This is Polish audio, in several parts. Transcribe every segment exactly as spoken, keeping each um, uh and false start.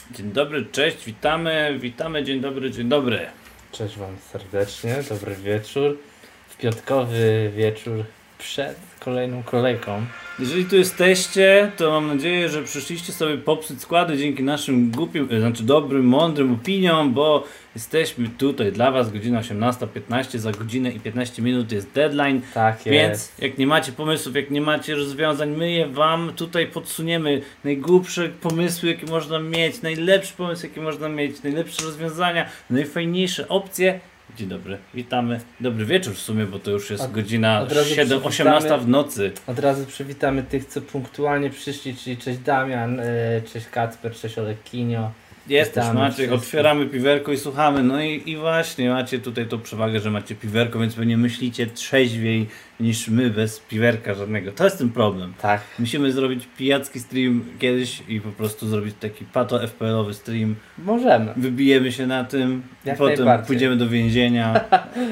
Dzień dobry, cześć, witamy, witamy, dzień dobry, dzień dobry. Cześć Wam serdecznie, dobry wieczór. W piątkowy wieczór przed kolejną kolejką. Jeżeli tu jesteście, to mam nadzieję, że przyszliście sobie popsuć składy dzięki naszym głupim, znaczy dobrym, mądrym opiniom, bo jesteśmy tutaj dla Was, godzina osiemnasta piętnaście, za godzinę i piętnaście minut jest deadline. Tak Więc jest. jak nie macie pomysłów, jak nie macie rozwiązań, my je Wam tutaj podsuniemy. Najgłupsze pomysły, jakie można mieć, najlepszy pomysł, jaki można mieć, najlepsze rozwiązania, najfajniejsze opcje. Dzień dobry, witamy. Dobry wieczór w sumie, bo to już jest Od, godzina od siedem, osiemnasta w nocy. Od razu przywitamy tych, co punktualnie przyszli, czyli cześć Damian, yy, cześć Kacper, cześć Olekinio. Jest też Witamy Maciek, wszystkich. otwieramy piwerko i słuchamy. No i, i właśnie macie tutaj tą przewagę, że macie piwerko, więc pewnie myślicie trzeźwiej niż my bez piwerka żadnego. To jest ten problem. Tak. Musimy zrobić pijacki stream kiedyś i po prostu zrobić taki pato F P L-owy stream. Możemy. Wybijemy się na tym, Jak potem najbardziej. pójdziemy do więzienia.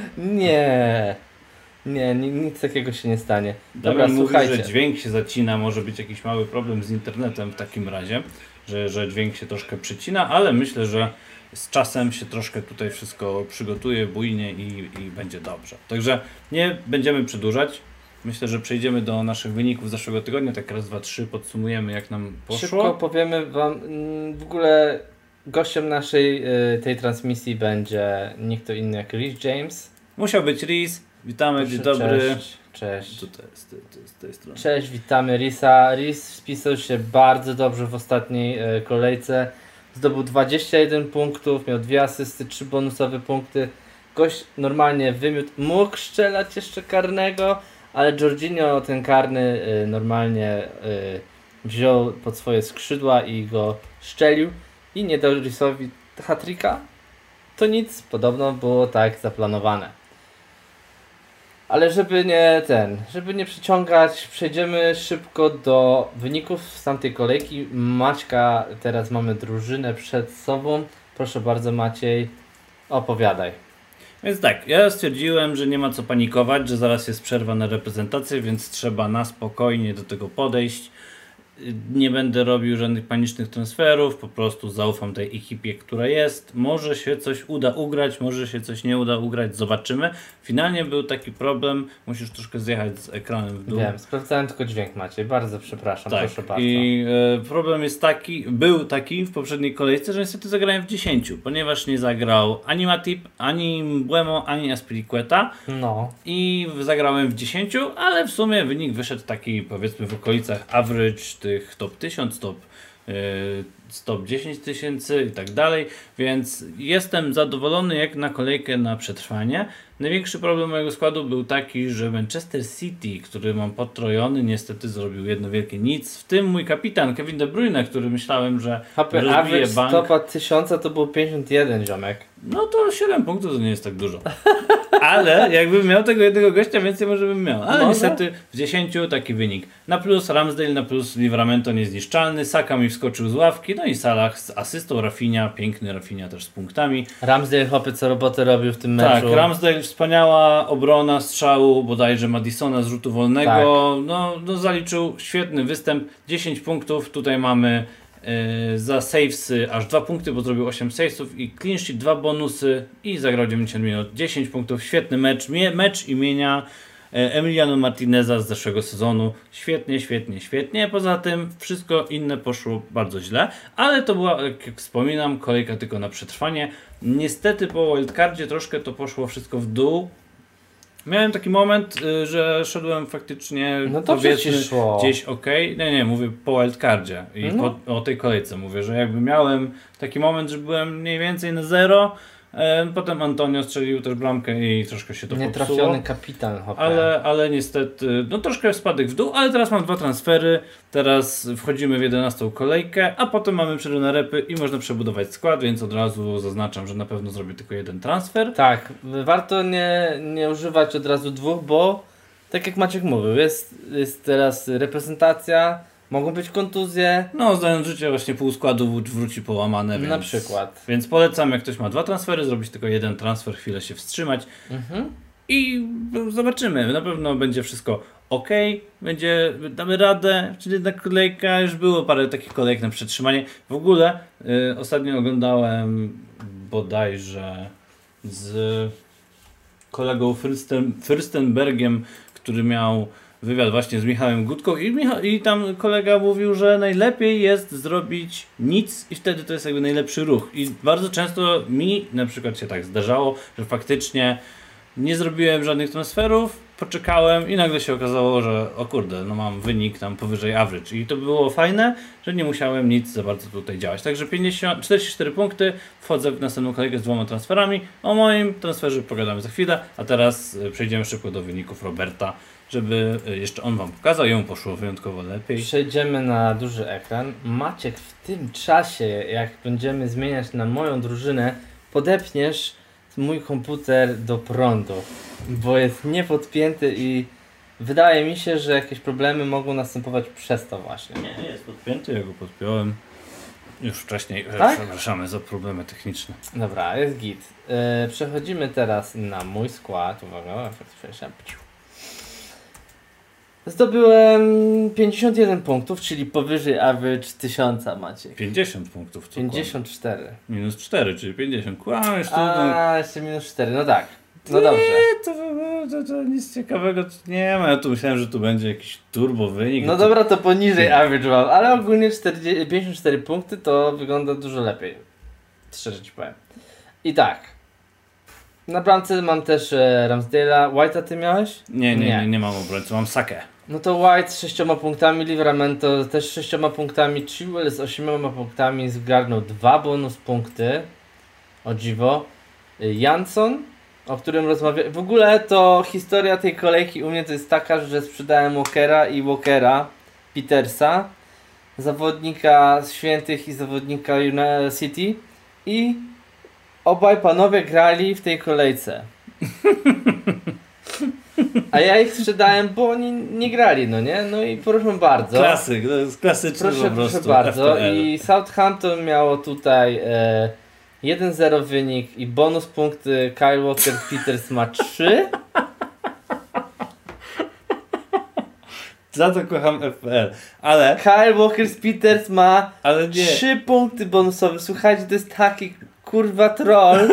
Nie. Nie, ni- nic takiego się nie stanie. Dobra, Damian mówi, słuchajcie. że dźwięk się zacina, może być jakiś mały problem z internetem w takim razie, że, że dźwięk się troszkę przycina, ale myślę, że z czasem się troszkę tutaj wszystko przygotuje bujnie i, i będzie dobrze. Także nie będziemy przedłużać. Myślę, że przejdziemy do naszych wyników z zeszłego tygodnia, tak raz, dwa, trzy podsumujemy, jak nam poszło. Szybko powiemy Wam, mm, w ogóle gościem naszej y, tej transmisji będzie nikt to inny jak Rich James. Musiał być Riz. Witamy, dzień Proszę, dobry. Cześć, cześć. Co to jest, to, to jest z tej strony? Cześć, witamy Risa. Ris spisał się bardzo dobrze w ostatniej e, kolejce. Zdobył dwadzieścia jeden punktów, miał dwie asysty, trzy bonusowe punkty. Gość normalnie wymiótł, mógł strzelać jeszcze karnego, ale Jorginho ten karny e, normalnie e, wziął pod swoje skrzydła i go szczelił i nie dał Risowi hat-tricka. To nic, podobno było tak zaplanowane. Ale żeby nie ten, żeby nie przyciągać, przejdziemy szybko do wyników z tamtej kolejki. Maćka, teraz mamy drużynę przed sobą. Proszę bardzo Maciej, opowiadaj. Więc tak, ja stwierdziłem, że nie ma co panikować, że zaraz jest przerwa na reprezentację, więc trzeba na spokojnie do tego podejść. Nie będę robił żadnych panicznych transferów, po prostu zaufam tej ekipie, która jest. Może się coś uda ugrać, może się coś nie uda ugrać, zobaczymy. Finalnie był taki problem, musisz troszkę zjechać z ekranem w dół. Wiem, sprawdzałem tylko dźwięk Maciej, bardzo przepraszam, Tak, proszę bardzo. i e, problem jest taki, był taki w poprzedniej kolejce, że niestety zagrałem w dziesięciu, ponieważ nie zagrał ani Matip, ani Mbeumo, ani Azpilicueta. No, I zagrałem w dziesięciu, ale w sumie wynik wyszedł taki, powiedzmy, w okolicach average tych top tysiąc, top, yy, top dziesięć tysięcy i tak dalej, więc jestem zadowolony jak na kolejkę na przetrwanie. Największy problem mojego składu był taki, że Manchester City, który mam potrojony, niestety zrobił jedno wielkie nic, w tym mój kapitan Kevin De Bruyne, który myślałem, że Happy rozbije average bank. stopa tysiąca to było pięćdziesiąt jeden, ziomek. No to siedem punktów to nie jest tak dużo. Ale jakbym miał tego jednego gościa, więcej może bym miał. Ale Może? niestety w dziesięciu taki wynik. Na plus Ramsdale, na plus Livramento niezniszczalny, Saka mi wskoczył z ławki, no i Salah z asystą, Rafinha, piękny Rafinha też z punktami. Ramsdale chłopie co robotę robił w tym meczu. Tak, Ramsdale wspaniała obrona strzału, bodajże Madisona z rzutu wolnego. Tak. No, no zaliczył świetny występ, dziesięć punktów, tutaj mamy Yy, za savesy aż dwa punkty, bo zrobił osiem savesów i clean sheet, dwa bonusy i zagrał dziewięćdziesiąt minut, dziesięć punktów, świetny mecz, Mie mecz imienia e, Emiliano Martineza z zeszłego sezonu, świetnie, świetnie, świetnie, poza tym wszystko inne poszło bardzo źle, ale to była, jak wspominam, kolejka tylko na przetrwanie. Niestety po wildcardzie troszkę to poszło wszystko w dół. Miałem taki moment, y, że szedłem faktycznie No dobrze ci powiedzmy szło. gdzieś ok. Nie, nie, mówię po wildcardzie i No. po, o tej kolejce mówię, że jakby miałem taki moment, że byłem mniej więcej na zero, e, potem Antonio strzelił też bramkę i troszkę się to popsuło. Nietrafiony kapitan chłopie. Ale, ale niestety, no troszkę spadek w dół, ale teraz mam dwa transfery, teraz wchodzimy w jedenastą kolejkę, a potem mamy przerwę na repy i można przebudować skład, więc od razu zaznaczam, że na pewno zrobię tylko jeden transfer. Tak, warto nie, nie używać od razu dwóch, bo tak jak Maciek mówił, jest, jest teraz reprezentacja, mogą być kontuzje, No, znając życie, właśnie pół składu wr- wróci połamane, więc... na przykład. Więc polecam, jak ktoś ma dwa transfery, zrobić tylko jeden transfer, chwilę się wstrzymać Mhm. i zobaczymy. Na pewno będzie wszystko okej, okay, będzie, damy radę, czyli jedna kolejka, już było parę takich kolejek na przetrzymanie. W ogóle y, ostatnio oglądałem bodajże z kolegą Fürsten, Fürstenbergiem, który miał wywiad właśnie z Michałem Gutką i, Micha- i tam kolega mówił, że najlepiej jest zrobić nic i wtedy to jest jakby najlepszy ruch. I bardzo często mi na przykład się tak zdarzało, że faktycznie nie zrobiłem żadnych transferów, poczekałem i nagle się okazało, że o kurde, no mam wynik tam powyżej average. I to było fajne, że nie musiałem nic za bardzo tutaj działać. Także pięćdziesiąt, czterdzieści cztery punkty, wchodzę w następną kolejkę z dwoma transferami. O moim transferze pogadamy za chwilę, a teraz przejdziemy szybko do wyników Roberta, żeby jeszcze on wam pokazał, jemu poszło wyjątkowo lepiej. Przejdziemy na duży ekran. Maciek, w tym czasie, jak będziemy zmieniać na moją drużynę, podepniesz mój komputer do prądu, bo jest niepodpięty i wydaje mi się, że jakieś problemy mogą następować przez to właśnie. Nie, nie jest podpięty, ja go podpiąłem już wcześniej. Tak? Przepraszamy za problemy techniczne. Dobra, jest git. Yy, przechodzimy teraz na mój skład. Uwaga, efekt przejścia. Zdobyłem pięćdziesiąt jeden punktów, czyli powyżej average tysiąca, Maciek. pięćdziesiąt punktów. Co pięćdziesiąt cztery. kłam? Minus cztery, czyli pięćdziesiąt. Kłamiesz tu. A, jeszcze minus cztery, no tak. No nie, dobrze. To, to, to nic ciekawego nie ma. Ja tu myślałem, że tu będzie jakiś turbo wynik. No dobra, to poniżej average mam, ale ogólnie czterdzieści, pięćdziesiąt cztery punkty to wygląda dużo lepiej. Szczerze ci powiem. I tak. Na bramce mam też e, Ramsdale'a. White'a ty miałeś? Nie, nie, nie, nie mam obrońcy, mam Sakę. No to White z sześcioma punktami, Livramento też z sześcioma punktami, Chilwell z osiemoma punktami zgarnął dwa bonus punkty. O dziwo. Jansson, o którym rozmawiam. W ogóle to historia tej kolejki u mnie to jest taka, że sprzedałem Walkera i Walkera Petersa, zawodnika Świętych i zawodnika City i obaj panowie grali w tej kolejce. A ja ich sprzedałem, bo oni nie grali, no nie? No i proszę bardzo. Klasyk, to jest klasyczny Proszę, po prostu proszę bardzo. F P L. I Southampton miało tutaj e, jeden zero wynik i bonus punkty Kyle Walker-Peters ma trzy. Za to kocham F P L, ale... Kyle Walker-Peters ma ale nie. trzy punkty bonusowe. Słuchajcie, to jest taki kurwa troll.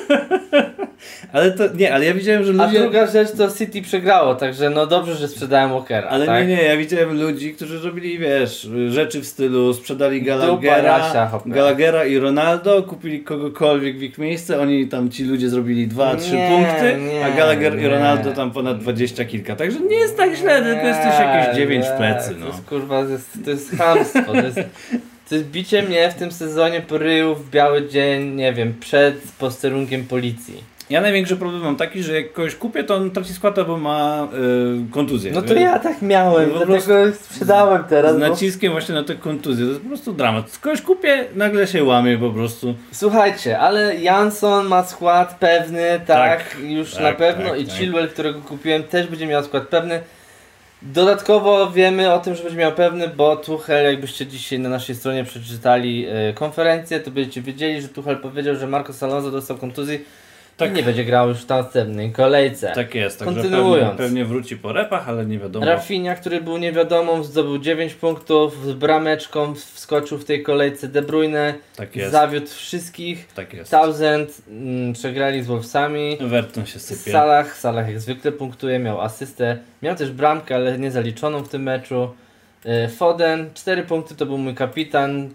Ale to, nie, ale ja widziałem, że A ludzie... druga rzecz to City przegrało, także no dobrze, że sprzedałem Walkera. Ale tak? nie, nie, ja widziałem ludzi, którzy robili, wiesz, rzeczy w stylu sprzedali Dupa Gallaghera, Rasia, hopie. Gallaghera i Ronaldo, kupili kogokolwiek w ich miejsce, oni tam, ci ludzie zrobili dwa, trzy Nie, punkty, nie, a Gallagher nie. i Ronaldo tam ponad dwadzieścia kilka. Także nie jest tak źle, tylko jest też jakieś dziewięć w plecy, To no. jest kurwa, to jest, to jest chamstwo, to jest, to jest bicie mnie w tym sezonie po ryju w biały dzień, nie wiem, przed posterunkiem policji. Ja największy problem mam taki, że jak kogoś kupię, to on traci skład albo ma y, kontuzję. No to ja tak miałem, No po dlatego sprzedałem teraz. Z Bo... naciskiem właśnie na tę kontuzję, to jest po prostu dramat. Z kogoś kupię, nagle się łamie po prostu. Słuchajcie, ale Jansson ma skład pewny, tak, Tak, już tak, na pewno tak, i tak. Chilwell, którego kupiłem, też będzie miał skład pewny. Dodatkowo wiemy o tym, że będzie miał pewny, bo Tuchel, jakbyście dzisiaj na naszej stronie przeczytali y, konferencję, to będziecie wiedzieli, że Tuchel powiedział, że Marcos Alonso dostał kontuzji Tak. i nie będzie grał już w następnej kolejce. Tak jest, także Kontynuując. pewnie, pewnie wróci po repach, ale nie wiadomo. Rafinha, który był niewiadomą, zdobył dziewięć punktów, z brameczką wskoczył w tej kolejce. De Bruyne Tak jest, zawiódł wszystkich. tak jest. Thousand mm, przegrali z Wolvesami. Everton się sypie. Salah, Salah jak zwykle punktuje, miał asystę. Miał też bramkę, ale nie zaliczoną w tym meczu. Yy, Foden, cztery punkty, to był mój kapitan.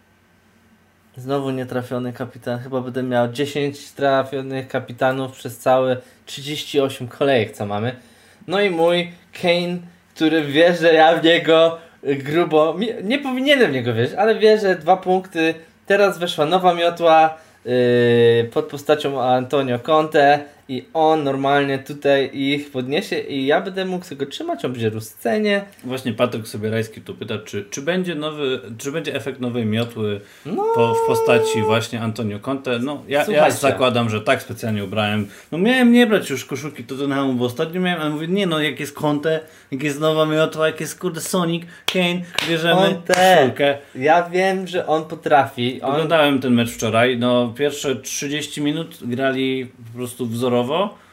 Znowu nietrafiony kapitan. Chyba będę miał dziesięć trafionych kapitanów przez całe trzydzieści osiem kolejek, co mamy. No i mój Kane, który wie, że ja w niego grubo... mi- Nie powinienem w niego wierzyć, ale wie, że dwa punkty. Teraz weszła nowa miotła yy, pod postacią Antonio Conte i on normalnie tutaj ich podniesie i ja będę mógł sobie go trzymać, on będzie w scenie. Właśnie Patryk Sobierajski tu pyta, czy, czy będzie nowy, czy będzie efekt nowej miotły No, po, w postaci właśnie Antonio Conte. No ja, ja Słuchajcie. zakładam, że tak specjalnie ubrałem. No miałem nie brać już koszulki Tottenhamu, bo ostatnio miałem, ale mówię, nie no, jak jest Conte, jak jest nowa miotła, jak jest kurde Sonic, Kane, bierzemy Conte. koszulkę. ja wiem, że on potrafi. On... Oglądałem ten mecz wczoraj, no pierwsze trzydzieści minut grali po prostu wzorowo,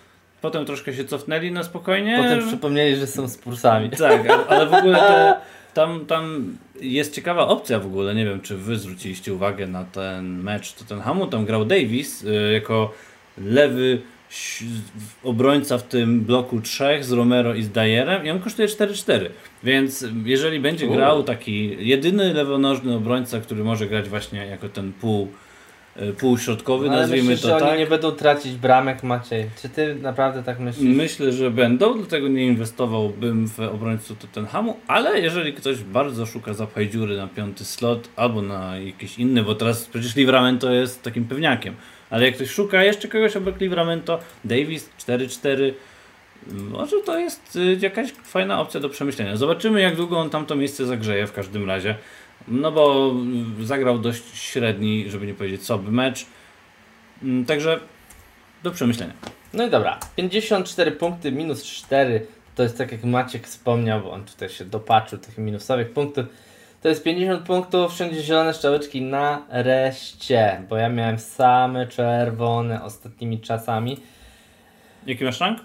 potem troszkę się cofnęli na spokojnie. Potem przypomnieli, że są Spursami. Tak, ale w ogóle te, tam, tam jest ciekawa opcja w ogóle, nie wiem czy wy zwróciliście uwagę na ten mecz Tottenhamu, tam grał Davis y, jako lewy obrońca w tym bloku trzech z Romero i z Dyerem i on kosztuje cztery cztery, więc jeżeli będzie U. grał taki jedyny lewonożny obrońca, który może grać właśnie jako ten pół półśrodkowy, no, nazwijmy myślisz, to że tak. Oni nie będą tracić bramek, Maciej. Czy ty naprawdę tak myślisz? Myślę, że będą, dlatego nie inwestowałbym w obrońców Tottenhamu, ale jeżeli ktoś bardzo szuka zapchaj dziury na piąty slot albo na jakiś inny, bo teraz przecież Livramento jest takim pewniakiem, ale jak ktoś szuka jeszcze kogoś obok Livramento, Davis cztery cztery, może to jest jakaś fajna opcja do przemyślenia. Zobaczymy, jak długo on tamto miejsce zagrzeje w każdym razie. No bo zagrał dość średni, żeby nie powiedzieć słaby mecz. Także do przemyślenia. No i dobra, pięćdziesiąt cztery punkty, minus cztery. To jest tak jak Maciek wspomniał, bo on tutaj się dopatrzył tych minusowych punktów. To jest pięćdziesiąt punktów, wszędzie zielone strzałeczki na reszcie. Bo ja miałem same czerwone ostatnimi czasami. Jaki masz rank?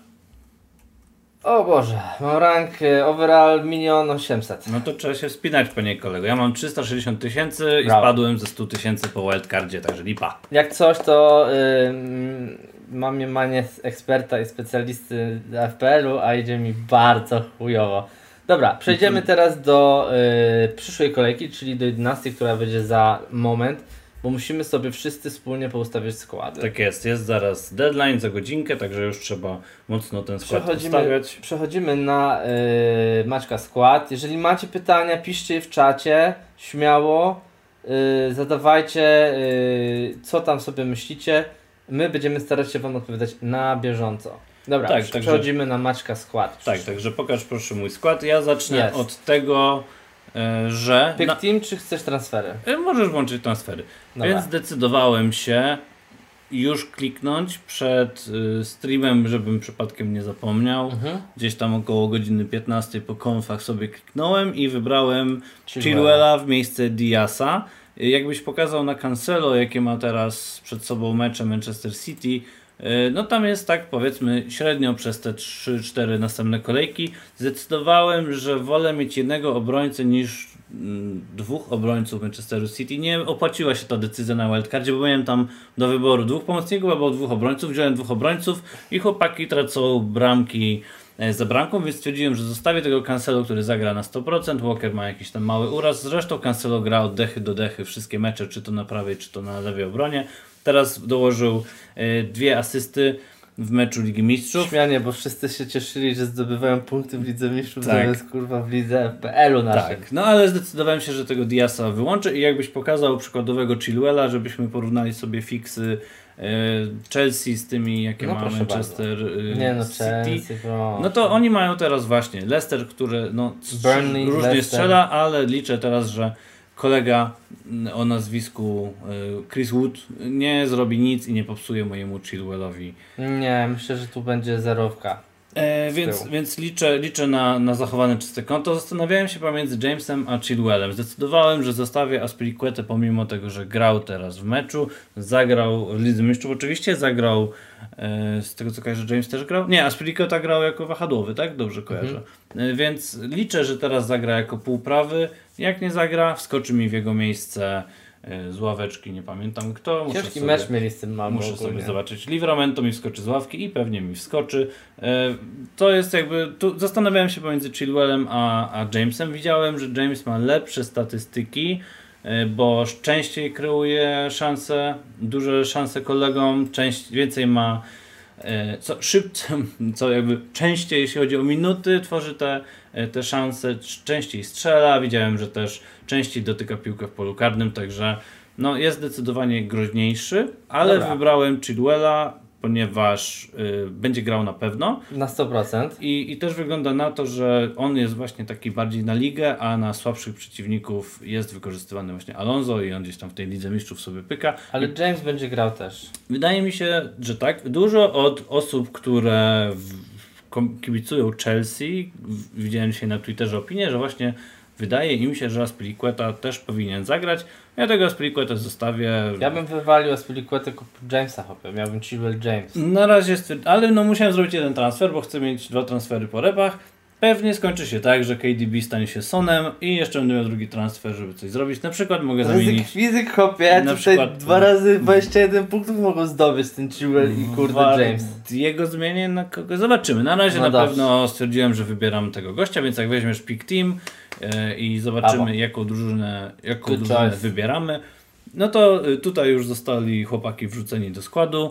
O Boże, mam rank overall milion osiemset. No to trzeba się wspinać po niej, kolego. Ja mam trzysta sześćdziesiąt tysięcy i spadłem ze sto tysięcy po wildcardzie, także lipa. Jak coś, to yy, mam mniemanie eksperta i specjalisty F P L-u, a idzie mi bardzo chujowo. Dobra, przejdziemy teraz do yy, przyszłej kolejki, czyli do jedenastej, która będzie za moment. Bo musimy sobie wszyscy wspólnie poustawiać składy. Tak jest, jest zaraz deadline za godzinkę, także już trzeba mocno ten skład przechodzimy, ustawiać. Przechodzimy na yy, Maćka skład. Jeżeli macie pytania, piszcie je w czacie, śmiało, yy, zadawajcie, yy, co tam sobie myślicie. My będziemy starać się Wam odpowiadać na bieżąco. Dobra, tak, przechodzimy także, na Maćka skład. Tak, także pokaż proszę mój skład. Ja zacznę yes. od tego, że... Pick na... team, czy chcesz transfery? Możesz włączyć transfery. Dobra. Więc zdecydowałem się już kliknąć przed y, streamem, żebym przypadkiem nie zapomniał. Mhm. Gdzieś tam około godziny piętnastej po konfach sobie kliknąłem i wybrałem Chilwella w miejsce Diasa. Jakbyś pokazał na Cancelo, jakie ma teraz przed sobą mecze Manchester City, no tam jest tak powiedzmy średnio przez te trzy cztery następne kolejki. Zdecydowałem, że wolę mieć jednego obrońcę niż mm, dwóch obrońców Manchesteru City. Nie opłaciła się ta decyzja na wildcardzie, bo miałem tam do wyboru dwóch pomocników albo dwóch obrońców. Wziąłem dwóch obrońców i chłopaki tracą bramki za bramką, więc stwierdziłem, że zostawię tego Cancelo, który zagra na sto procent. Walker ma jakiś tam mały uraz. Zresztą Cancelo gra od dechy do dechy wszystkie mecze, czy to na prawej, czy to na lewej obronie. Teraz dołożył y, dwie asysty w meczu Ligi Mistrzów. Śmianie, bo wszyscy się cieszyli, że zdobywają punkty w Lidze Mistrzów, tak. Zamiast kurwa w Lidze F P L-u naszym. Tak, no ale zdecydowałem się, że tego Diasa wyłączę i jakbyś pokazał przykładowego Chilwella, żebyśmy porównali sobie fiksy y, Chelsea z tymi, jakie no, ma Manchester y, Nie no, City. Chelsea, no to oni mają teraz właśnie Leicester, które no, Burnley, różnie Leicester. strzela, ale liczę teraz, że kolega o nazwisku Chris Wood nie zrobi nic i nie popsuje mojemu Chilwellowi. Nie, myślę, że tu będzie zerowka. E, więc więc liczę, liczę na, na zachowane czyste konto. Zastanawiałem się pomiędzy Jamesem a Chilwellem. Zdecydowałem, że zostawię Azpilicuetę pomimo tego, że grał teraz w meczu. Zagrał w Lidze Mistrzów oczywiście, zagrał e, z tego co kojarzę, James też grał? Nie, Azpilicueta grał jako wahadłowy, tak? Dobrze kojarzę. Mhm. E, więc liczę, że teraz zagra jako półprawy. Jak nie zagra, wskoczy mi w jego miejsce z ławeczki, nie pamiętam kto. Muszę Ciężki sobie, mecz mieli z tym mamą. Muszę ogólnie. sobie zobaczyć. Livramento mi wskoczy z ławki i pewnie mi wskoczy. To jest jakby, tu zastanawiałem się pomiędzy Chilwellem a, a Jamesem. Widziałem, że James ma lepsze statystyki, bo częściej kreuje szanse, duże szanse kolegom, część, więcej ma co szybciej, co jakby częściej, jeśli chodzi o minuty, tworzy te, te szanse, częściej strzela. Widziałem, że też częściej dotyka piłkę w polu karnym, także no, jest zdecydowanie groźniejszy, ale Dobra. wybrałem Chilwella, ponieważ y, będzie grał na pewno. Na sto procent. I, I też wygląda na to, że on jest właśnie taki bardziej na ligę, a na słabszych przeciwników jest wykorzystywany właśnie Alonso i on gdzieś tam w tej Lidze Mistrzów sobie pyka. Ale James będzie grał też. Wydaje mi się, że tak. Dużo od osób, które w, kibicują Chelsea, widziałem dzisiaj na Twitterze opinię, że właśnie wydaje im się, że Azpilicueta też powinien zagrać. Ja tego Aspilicueta zostawię. Ja bym wywalił Aspilicuetę kupił Jamesa hopę, miałbym Chilwell James. Na razie, stwierd- ale no musiałem zrobić jeden transfer, bo chcę mieć dwa transfery po repach. Pewnie skończy się tak, że K D B stanie się Sonem i jeszcze będę miał drugi transfer, żeby coś zrobić. Na przykład mogę zamienić... Ryzyk fizyk hopie, na tutaj przykład- dwa razy dwadzieścia jeden punktów mogą zdobyć ten Chilwell i kurde Wa- James. Jego zmienię na kogo? Zobaczymy. Na razie No na dobrze. pewno stwierdziłem, że wybieram tego gościa, więc jak weźmiesz pick team yy, i zobaczymy Brawo. jaką drużynę, jaką Good drużynę choice. wybieramy, no to y, tutaj już zostali chłopaki wrzuceni do składu.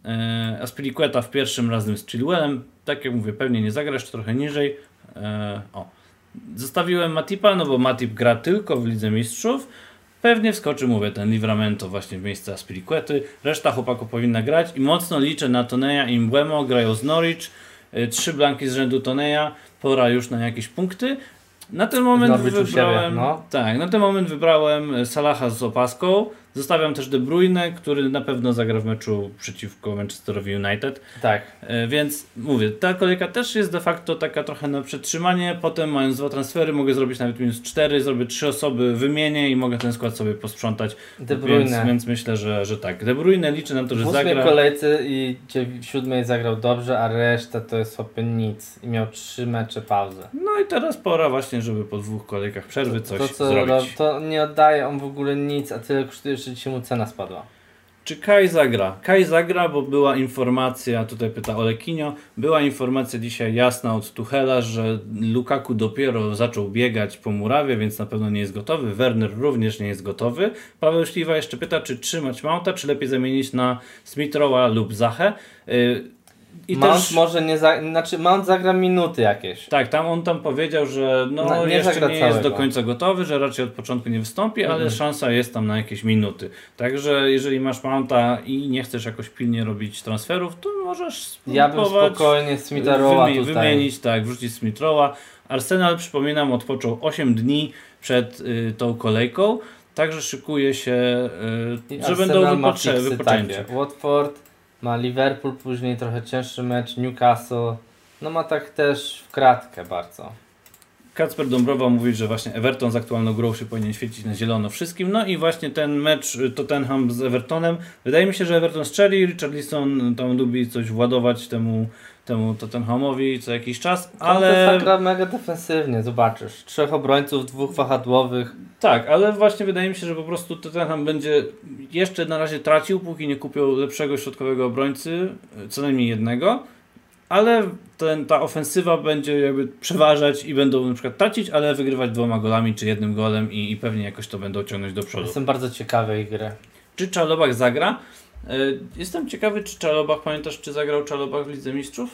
Yy, Aspilicueta w pierwszym razem z Chilwellem. Tak jak mówię, pewnie nie zagrasz, trochę niżej. Yy, o. Zostawiłem Matipa, no bo Matip gra tylko w Lidze Mistrzów. Pewnie wskoczy, mówię, ten Livramento właśnie w miejsce Aspilicuety. Reszta chłopaków powinna grać i mocno liczę na Toneja i Mbeumo. Grają z Norwich. Yy, Trzy blanki z rzędu Toneja. Pora już na jakieś punkty. Na ten moment Norwich u wybrałem. siebie, no. Tak, na ten moment wybrałem Salaha z opaską. Zostawiam też De Bruyne, który na pewno zagra w meczu przeciwko Manchesterowi United. Tak. E, Więc mówię, ta kolejka też jest de facto taka trochę na przetrzymanie. Potem mając dwa transfery mogę zrobić nawet minus cztery, zrobię trzy osoby, wymienię i mogę ten skład sobie posprzątać. De Więc, Bruyne. więc myślę, że, że tak. De Bruyne liczę na to, że W ósmej zagra. kolejce i w siódmej zagrał dobrze, a reszta to jest hopy nic. I miał trzy mecze pauzy. No i teraz pora właśnie, żeby po dwóch kolejkach przerwy coś to, co zrobić. ro- to nie oddaje on w ogóle nic, a tyle kosztuje, że ci mu cena spadła. Czy Kai zagra? Kai zagra, bo była informacja, tutaj pyta Olekinio, była informacja dzisiaj jasna od Tuchela, że Lukaku dopiero zaczął biegać po murawie, więc na pewno nie jest gotowy. Werner również nie jest gotowy. Paweł Śliwa jeszcze pyta, czy trzymać Mounta, czy lepiej zamienić na Smith-Rowe'a lub Zachę. Yy, I Mount też, może nie za... Znaczy Mount zagra minuty jakieś. tak, tam on tam powiedział, że no, No, nie jeszcze zagra nie jest całego. do końca gotowy, że raczej od początku nie wystąpi, ale Mhm. szansa jest tam na jakieś minuty. Także jeżeli masz Mounta i nie chcesz jakoś pilnie robić transferów, to możesz Ja bym spróbować spokojnie Smitha Rowa wymi- tutaj. wymienić, tak, wrzucić Smith-Rowa. Arsenal, przypominam, odpoczął osiem dni przed y, tą kolejką, także szykuje się, y, I że Arsenal będą ma wypoczę- fiksy wypoczęci. takie. Watford, ma Liverpool, później trochę cięższy mecz, Newcastle. No ma tak też w kratkę bardzo. Kacper Dąbrowa mówi, że właśnie Everton z aktualną grą się powinien świecić na zielono wszystkim. No i właśnie ten mecz y, Tottenham z Evertonem. Wydaje mi się, że Everton strzeli. Richarlison tam lubi coś władować temu, temu Tottenhamowi co jakiś czas, Ale ale gra mega defensywnie, zobaczysz. Trzech obrońców, dwóch wahadłowych. tak, ale właśnie wydaje mi się, że po prostu Tottenham będzie jeszcze na razie tracił, póki nie kupią lepszego środkowego obrońcy, co najmniej jednego. Ale ten, ta ofensywa będzie jakby przeważać i będą na przykład tracić, ale wygrywać dwoma golami czy jednym golem i, i pewnie jakoś to będą ciągnąć do przodu. Jestem bardzo ciekawy ich gry. Czy Czalobach zagra? Y, Jestem ciekawy, czy Czalobach, pamiętasz, czy zagrał Czalobach w Lidze Mistrzów?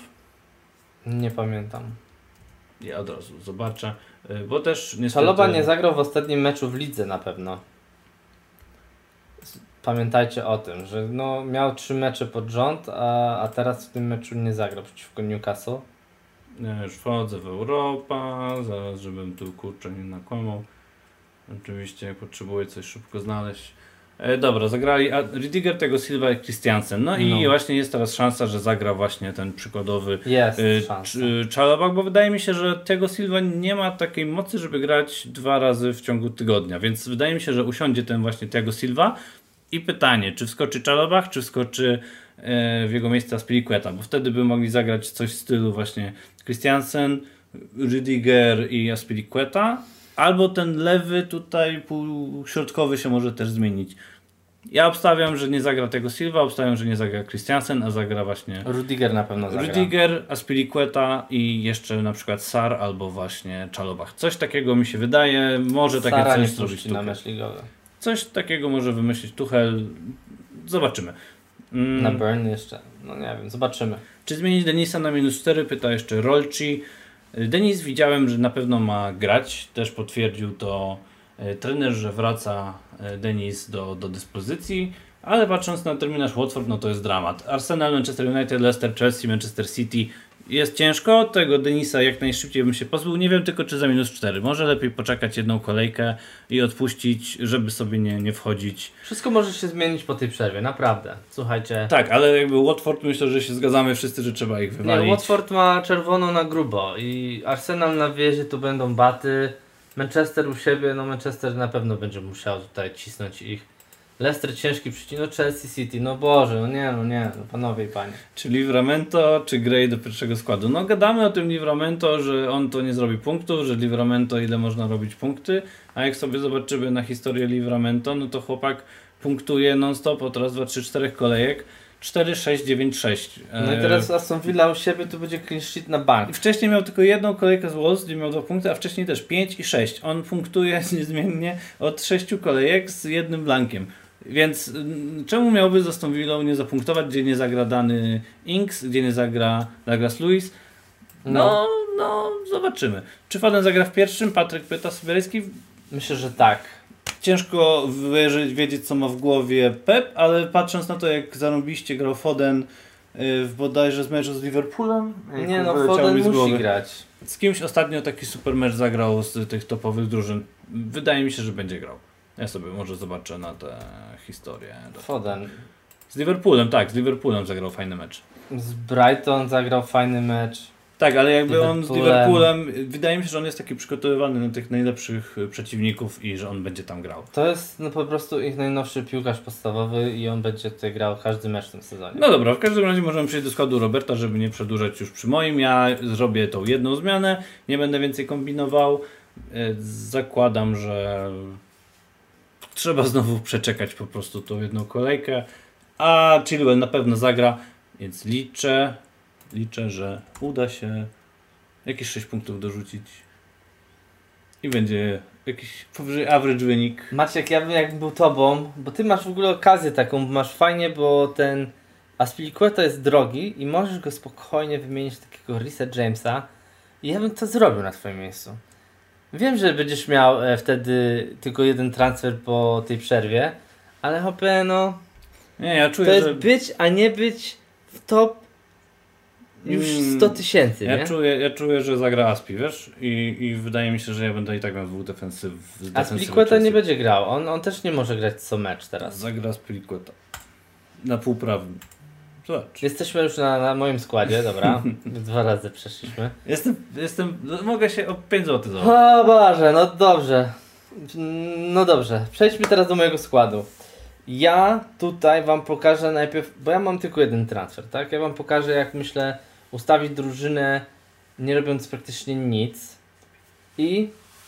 Nie pamiętam. Ja od razu zobaczę, y, bo też niestety... Czaloba nie zagrał w ostatnim meczu w lidze na pewno. Pamiętajcie o tym, że no, miał trzy mecze pod rząd, a, a teraz w tym meczu nie zagrał przeciwko Newcastle. Ja już wchodzę w Europa, zaraz żebym tu kurczę nie nakłamał. Oczywiście potrzebuję coś szybko znaleźć. E, dobra, zagrali a, Rydiger, tego Silva i Christiansen. No, i No. właśnie jest teraz szansa, że zagra właśnie ten przykładowy Jest y, szansa. Cz- Czalobach, bo wydaje mi się, że tego Silva nie ma takiej mocy, żeby grać dwa razy w ciągu tygodnia, więc wydaje mi się, że usiądzie ten właśnie Thiago Silva i pytanie, czy wskoczy Czalobach, czy wskoczy e, w jego miejsce Aspilicueta, bo wtedy by mogli zagrać coś w stylu właśnie Christiansen, Rydiger i Aspilicueta, albo ten lewy tutaj półśrodkowy się może też zmienić. Ja obstawiam, że nie zagra tego Silva, obstawiam, że nie zagra Christiansen, a zagra właśnie Rudiger na pewno zagra. Rudiger, Aspilicueta i jeszcze na przykład Sar albo właśnie Czalobach. Coś takiego mi się wydaje, może takie Sara coś nie zrobić puści na Tuchel. mecz ligowy. Coś takiego może wymyślić Tuchel. Zobaczymy. Mm. Na Burn jeszcze. No nie wiem, zobaczymy. Czy zmienić Denisa na minus cztery? Pyta jeszcze Rolci. Denis widziałem, że na pewno ma grać. Też potwierdził to e, trener, że wraca e, Denis do, do dyspozycji. Ale patrząc na terminarz Watford, no to jest dramat. Arsenal, Manchester United, Leicester, Chelsea, Manchester City. Jest ciężko. Tego Denisa jak najszybciej bym się pozbył. Nie wiem tylko, czy za minus cztery. Może lepiej poczekać jedną kolejkę i odpuścić, żeby sobie nie, nie wchodzić. Wszystko może się zmienić po tej przerwie, naprawdę. Słuchajcie. Tak, ale jakby Watford, myślę, że się zgadzamy wszyscy, że trzeba ich wywalić. Nie, Watford ma czerwoną na grubo i Arsenal na wiezie tu będą baty. Manchester u siebie, no Manchester na pewno będzie musiał tutaj cisnąć ich. Leicester ciężki przycisk, no Chelsea City, no Boże, no nie, no nie, no panowie i panie. Czy Livramento, czy Gray do pierwszego składu? No gadamy o tym Livramento, że on to nie zrobi punktów, że Livramento ile można robić punkty, a jak sobie zobaczymy na historię Livramento, no to chłopak punktuje non-stop od raz, dwa, trzy, czterech kolejek. cztery, sześć, dziewięć, sześć. No i teraz Aston Villa u siebie tu będzie clean sheet na bank. Wcześniej miał tylko jedną kolejkę z Wolves, gdzie miał dwa punkty, a wcześniej też pięć i sześć. On punktuje niezmiennie od sześciu kolejek z jednym blankiem. Więc czemu miałby z Aston Villą nie zapunktować, gdzie nie zagra Dany Ings, gdzie nie zagra Douglas Luiz? No, no, no zobaczymy. Czy Foden zagra w pierwszym? Patryk pyta Syberyjski. Myślę, że tak. Ciężko wierzyć, wiedzieć co ma w głowie Pep, ale patrząc na to jak zarąbiście grał Foden w bodajże z meczu z Liverpoolem. Nie no, Foden musi grać. Z kimś ostatnio taki super mecz zagrał z tych topowych drużyn. Wydaje mi się, że będzie grał. Ja sobie może zobaczę na tę historię. Foden. Z Liverpoolem, tak, z Liverpoolem zagrał fajny mecz. Z Brighton zagrał fajny mecz. Tak, ale jakby on z Liverpoolem, wydaje mi się, że on jest taki przygotowywany na tych najlepszych przeciwników i że on będzie tam grał. To jest no po prostu ich najnowszy piłkarz podstawowy i on będzie tutaj grał każdy mecz w tym sezonie. No dobra, w każdym razie możemy przejść do składu Roberta, żeby nie przedłużać już przy moim. Ja zrobię tą jedną zmianę, nie będę więcej kombinował. Zakładam, że trzeba znowu przeczekać po prostu tą jedną kolejkę, a Chilwell na pewno zagra, więc liczę, liczę, że uda się jakieś sześć punktów dorzucić i będzie jakiś powyżej average wynik. Maciek, ja bym jak był tobą, bo ty masz w ogóle okazję taką, masz fajnie, bo ten Azpilicueta jest drogi i możesz go spokojnie wymienić w takiego Reesa Jamesa i ja bym to zrobił na twoim miejscu. Wiem, że będziesz miał e, wtedy tylko jeden transfer po tej przerwie, ale hopie, no nie, ja czuję, to jest że... być, a nie być w top już sto tysięcy, ja nie? Czuję, ja czuję, że zagra Aspi, wiesz? I, i wydaje mi się, że ja będę i tak miał dwóch defensyw. Azpilicueta nie będzie grał, on, on też nie może grać co mecz teraz. Zagra Azpilicueta. Na półprawym. Zobacz. Jesteśmy już na, na moim składzie, dobra. Dwa razy przeszliśmy. Jestem, jestem, mogę się o pięć złotych zobaczyć. O Boże, no dobrze. No dobrze, przejdźmy teraz do mojego składu. Ja tutaj wam pokażę najpierw, bo ja mam tylko jeden transfer, tak? Ja wam pokażę, jak myślę ustawić drużynę, nie robiąc praktycznie nic. I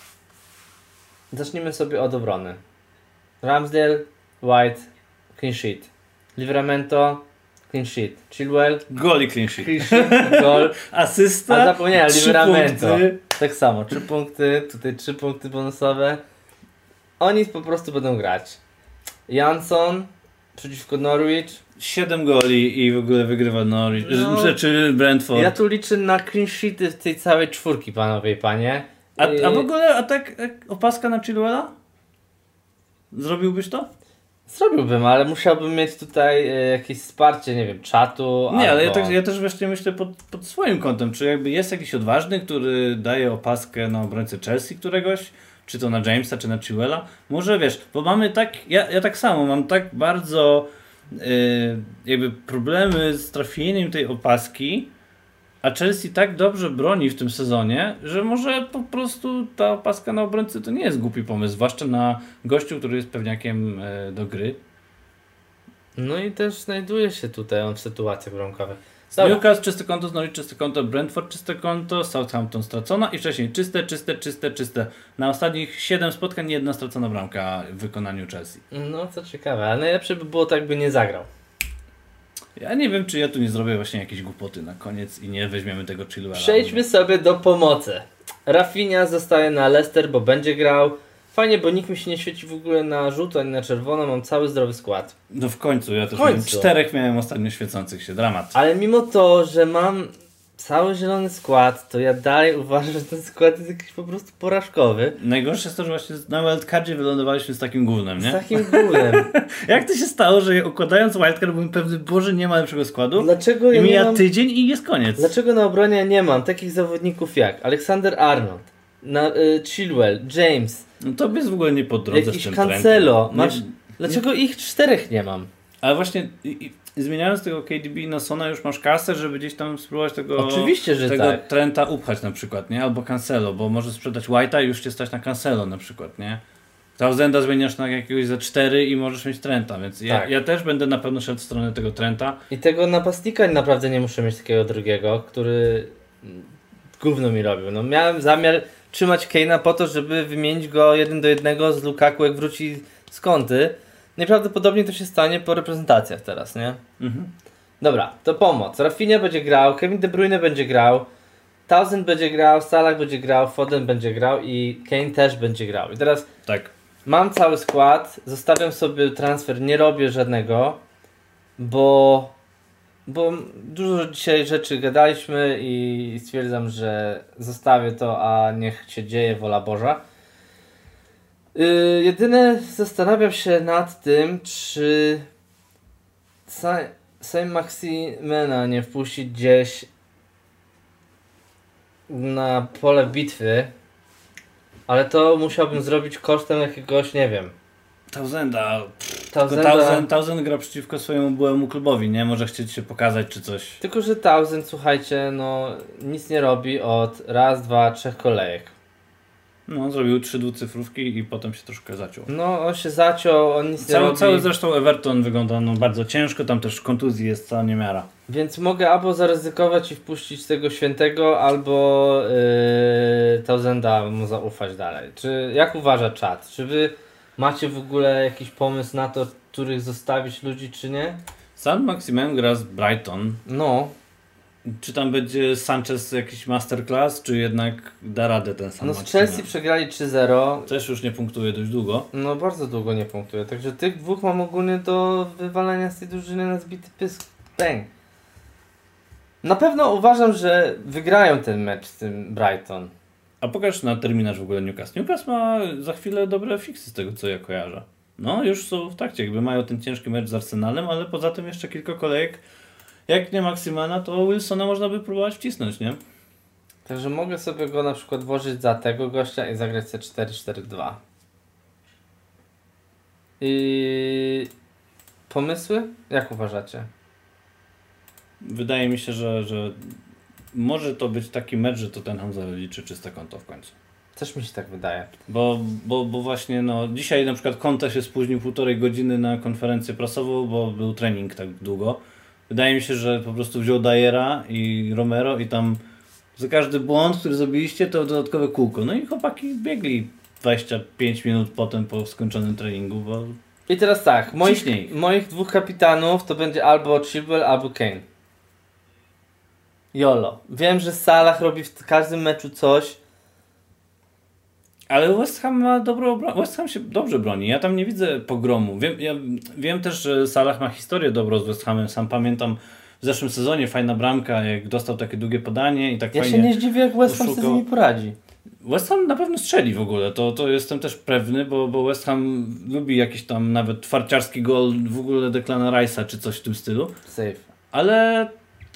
zacznijmy sobie od obrony. Ramsdale, White, clean sheet. Livramento, clean sheet. Chilwell, gol i clean sheet. Clean sheet, gol. Asysta, a zapomniałem, Livramento. Punkty. Tak samo, trzy punkty, tutaj trzy punkty bonusowe. Oni po prostu będą grać. Jansson przeciwko Norwich. siedem goli i w ogóle wygrywa Norwich, no, czy Brentford. Ja tu liczę na clean sheety tej całej czwórki, panowie i panie. A, a w ogóle, a tak opaska na Chilwella? Zrobiłbyś to? Zrobiłbym, ale musiałbym mieć tutaj e, jakieś wsparcie, nie wiem, czatu. Nie, albo... ale ja, tak, ja też właśnie myślę pod, pod swoim kątem, czy jakby jest jakiś odważny, który daje opaskę na obrońcę Chelsea któregoś, czy to na Jamesa, czy na Chilwella. Może wiesz, bo mamy tak, ja, ja tak samo mam tak bardzo yy, jakby problemy z trafieniem tej opaski, a Chelsea tak dobrze broni w tym sezonie, że może po prostu ta opaska na obrońcy to nie jest głupi pomysł, zwłaszcza na gościu, który jest pewniakiem yy, do gry. No i też znajduje się tutaj on w sytuacjach bramkowych. Newcastle czyste konto, Norwich czyste konto, Brentford czyste konto, Southampton stracona i wcześniej czyste, czyste, czyste, czyste. Na ostatnich siedem spotkań jedna stracona bramka w wykonaniu Chelsea. No co ciekawe, ale najlepsze by było tak, by nie zagrał. Ja nie wiem, czy ja tu nie zrobię właśnie jakieś głupoty na koniec i nie weźmiemy tego Chilwella. Przejdźmy sobie do pomocy. Rafinha zostaje na Leicester, bo będzie grał. Fajnie, bo nikt mi się nie świeci w ogóle na żółto ani na czerwono, mam cały zdrowy skład. No w końcu, ja też końcu. miałem czterech miałem ostatnio świecących się, dramat. Ale mimo to, że mam cały zielony skład, to ja dalej uważam, że ten skład jest jakiś po prostu porażkowy. Najgorsze jest to, że właśnie na wildcardzie wylądowaliśmy z takim gównem, nie? Z takim gównem. Jak to się stało, że układając wildcard byłem pewny, Boże, nie ma lepszego składu? Dlaczego I ja mija nie mam... tydzień i jest koniec. Dlaczego na obronie nie mam takich zawodników jak Alexander Arnold, na, y, Chilwell, James, no to jest w ogóle nie po drodze jakiś z tym Cancelo. trendem. Masz... Nie... Dlaczego ich czterech nie mam? Ale właśnie i, zmieniając tego K D B na Sona już masz kasę, żeby gdzieś tam spróbować tego, Oczywiście, że tego tak. Trenta upchać na przykład, nie? Albo Cancelo, bo możesz sprzedać White'a i już cię stać na Cancelo na przykład, nie? Thousanda zmieniasz na jakiegoś za cztery i możesz mieć Trenta, więc ja, Tak. ja też będę na pewno szedł w stronę tego Trenta. I tego napastnika naprawdę nie muszę mieć takiego drugiego, który gówno mi robił. No miałem zamiar trzymać Kane'a po to, żeby wymienić go jeden do jednego z Lukaku, jak wróci z kąty. Najprawdopodobniej to się stanie po reprezentacjach teraz, nie? Mhm. Dobra, to pomoc. Rafinha będzie grał, Kevin De Bruyne będzie grał, Thousand będzie grał, Salah będzie grał, Foden będzie grał i Kane też będzie grał. I teraz Tak. mam cały skład, zostawiam sobie transfer, nie robię żadnego, bo, bo dużo dzisiaj rzeczy gadaliśmy i stwierdzam, że zostawię to, a niech się dzieje wola Boża. Yy, jedyne zastanawiam się nad tym, czy Sa- Saint-Maximena nie wpuścić gdzieś na pole bitwy, ale to musiałbym zrobić kosztem jakiegoś, nie wiem, Thousanda. Thousanda. Thousand, Thousand gra przeciwko swojemu byłemu klubowi, nie? Może chcieć się pokazać czy coś. Tylko, że Thousand, słuchajcie, no nic nie robi od raz, dwa, trzech kolejek. No, zrobił trzy dwucyfrówki i potem się troszkę zaciął. No, on się zaciął, on nic nie Cały, robi. cały zresztą Everton wygląda no, bardzo ciężko, tam też kontuzji jest cała niemiara. Więc mogę albo zaryzykować i wpuścić tego świętego, albo yy, Thousanda mu zaufać dalej. Czy jak uważa czat? Czy wy macie w ogóle jakiś pomysł na to, których zostawić ludzi, czy nie? Saint-Maximin gra z Brighton. No, Czy tam będzie Sanchez jakiś masterclass, czy jednak da radę ten sam no z Chelsea przegrali trzy zero. Też już nie punktuje dość długo. No bardzo długo nie punktuje, także tych dwóch mam ogólnie do wywalenia z tej drużyny na zbity pysk. Bang. Na pewno uważam, że wygrają ten mecz z tym Brighton. A pokaż na terminarz w ogóle Newcastle. Newcastle ma za chwilę dobre fiksy z tego co ja kojarzę. No już są w trakcie, jakby mają ten ciężki mecz z Arsenalem, ale poza tym jeszcze kilka kolejek. Jak nie Maximana, to Wilsona można by próbować wcisnąć, nie? Także mogę sobie go na przykład włożyć za tego gościa i zagrać sobie cztery cztery dwa. I pomysły? Jak uważacie? Wydaje mi się, że, że może to być taki mecz, że Tottenham zaliczy czyste konto w końcu. Też mi się tak wydaje. Bo, bo, bo właśnie no, dzisiaj na przykład Conte się spóźnił półtorej godziny na konferencję prasową, bo był trening tak długo. Wydaje mi się, że po prostu wziął Dyera i Romero i tam za każdy błąd, który zrobiliście, to dodatkowe kółko. No i chłopaki biegli dwadzieścia pięć minut potem po skończonym treningu, bo... I teraz tak, moich, Ciśnij. moich dwóch kapitanów to będzie albo Chilwell, albo Kane. Jolo. Wiem, że Salah robi w każdym meczu coś. Ale West Ham ma dobrą obronę. West Ham się dobrze broni. Ja tam nie widzę pogromu. Wiem, ja wiem też, że Salah ma historię dobrą z West Hamem. Sam pamiętam w zeszłym sezonie fajna bramka, jak dostał takie długie podanie i tak Ja fajnie... się nie zdziwię, jak West Ham sobie z uszukał. nimi poradzi. West Ham na pewno strzeli w ogóle, to, to jestem też pewny, bo, bo West Ham lubi jakiś tam nawet farciarski gol w ogóle Declana Rice'a czy coś w tym stylu, Safe. ale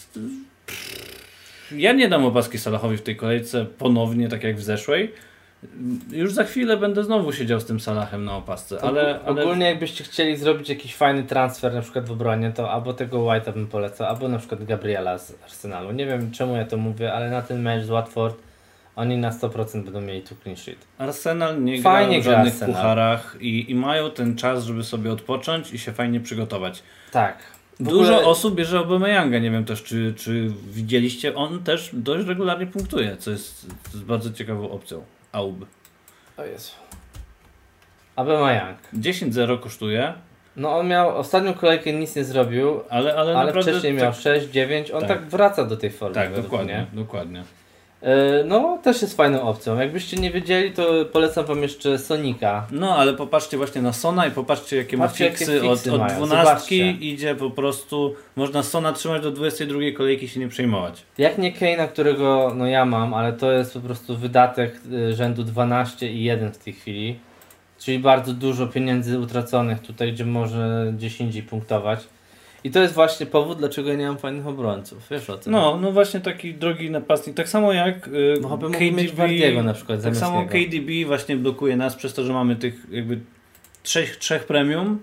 ja nie dam opaski Salahowi w tej kolejce ponownie, tak jak w zeszłej. Już za chwilę będę znowu siedział z tym Salahem na opasce, ale, ale... Ogólnie jakbyście chcieli zrobić jakiś fajny transfer na przykład w obronie, to albo tego White'a bym polecał, albo na przykład Gabriela z Arsenalu. Nie wiem czemu ja to mówię, ale na ten mecz z Watford oni na sto procent będą mieli tu clean sheet. Arsenal nie Fajnie gra w gra żadnych Arsenal. pucharach i, i mają ten czas, żeby sobie odpocząć i się fajnie przygotować. Tak. W Dużo ogóle- osób bierze Aubameyanga, nie wiem też czy, czy widzieliście, on też dość regularnie punktuje, co jest, to jest bardzo ciekawą opcją. Aub. O Jezu. Aubameyang. dziesięć zero kosztuje, No on miał ostatnią kolejkę, nic nie zrobił, ale, ale, ale naprawdę... wcześniej miał tak, sześć dziewięć, on tak, Tak. wraca do tej formy. tak według dokładnie, mnie. dokładnie. Yy, no też jest fajną opcją. Jakbyście nie wiedzieli, to polecam wam jeszcze Sonika. No ale popatrzcie właśnie na Sona i popatrzcie jakie Patrzcie, ma jakie fiksy, fiksy od, od mają. dwunastki Zobaczcie. idzie po prostu, można Sona trzymać do dwudziestej drugiej kolejki i się nie przejmować. Jak nie Kane'a, którego no ja mam, ale to jest po prostu wydatek y, rzędu dwanaście i jeden w tej chwili. Czyli bardzo dużo pieniędzy utraconych tutaj, gdzie może gdzieś indziej punktować. I to jest właśnie powód, dlaczego ja nie mam fajnych obrońców. Wiesz o tym? No, no właśnie taki drogi napastnik, tak samo jak y, No, chyba K mógł D mieć B, Wardiego na przykład tak zamiast samo niego. K D B właśnie blokuje nas przez to, że mamy tych jakby trzech, trzech premium,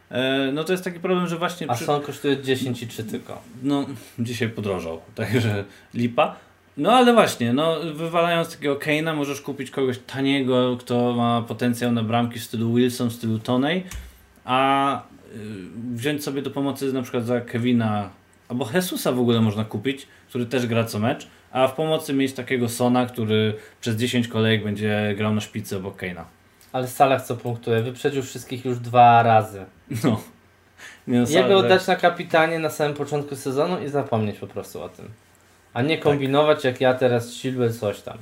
e, no to jest taki problem, że właśnie... A przy... Son kosztuje dziesięć i trzy tylko. No, dzisiaj podrożał, także lipa. No ale właśnie, no wywalając takiego Kane'a możesz kupić kogoś taniego, kto ma potencjał na bramki w stylu Wilson, w stylu Toney, a y, wziąć sobie do pomocy na przykład za Kevina, albo Jesusa w ogóle można kupić, który też gra co mecz, a w pomocy mieć takiego Sona, który przez dziesięć kolejek będzie grał na szpicy obok Kane'a. Ale Salah co punktuje? Wyprzedził wszystkich już dwa razy. No. Nie, no Jego oddać na kapitanie na samym początku sezonu i zapomnieć po prostu o tym. A nie kombinować tak. jak ja teraz Chilwell coś tam.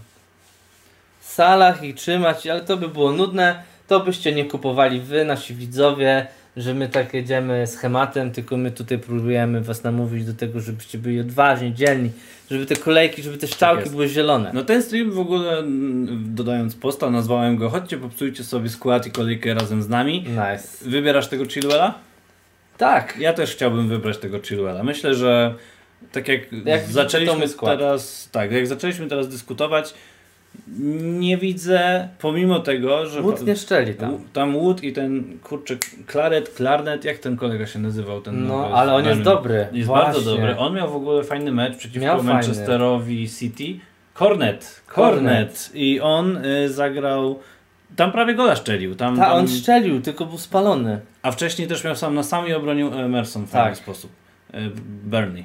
Salah ich trzymać, ale to by było nudne. To byście nie kupowali wy, nasi widzowie, że my tak jedziemy schematem, tylko my tutaj próbujemy was namówić do tego, żebyście byli odważni, dzielni, żeby te kolejki, żeby te szczałki tak były zielone. No ten stream w ogóle, dodając posta, nazwałem go chodźcie, popsujcie sobie skład i kolejkę razem z nami. Nice. Wybierasz tego Chilwella? Tak. Ja też chciałbym wybrać tego Chilwella. Myślę, że tak jak, jak zaczęliśmy teraz, tak, jak zaczęliśmy teraz dyskutować, nie widzę, pomimo tego, że Wood nie szczeli tam. Tam Wood i ten kurczę Claret, Clarnet, jak ten kolega się nazywał? Ten no, ale on jest dobry. Jest Właśnie. bardzo dobry. On miał w ogóle fajny mecz przeciwko miał Manchesterowi fajny. City. Cornet, Cornet. Cornet. I on y, zagrał, tam prawie gola szczelił. Tam, Ta, tam... on szczelił, tylko był spalony. A wcześniej też miał sam na sam i obronił Emerson w tak. fajny sposób. Y, Burnley.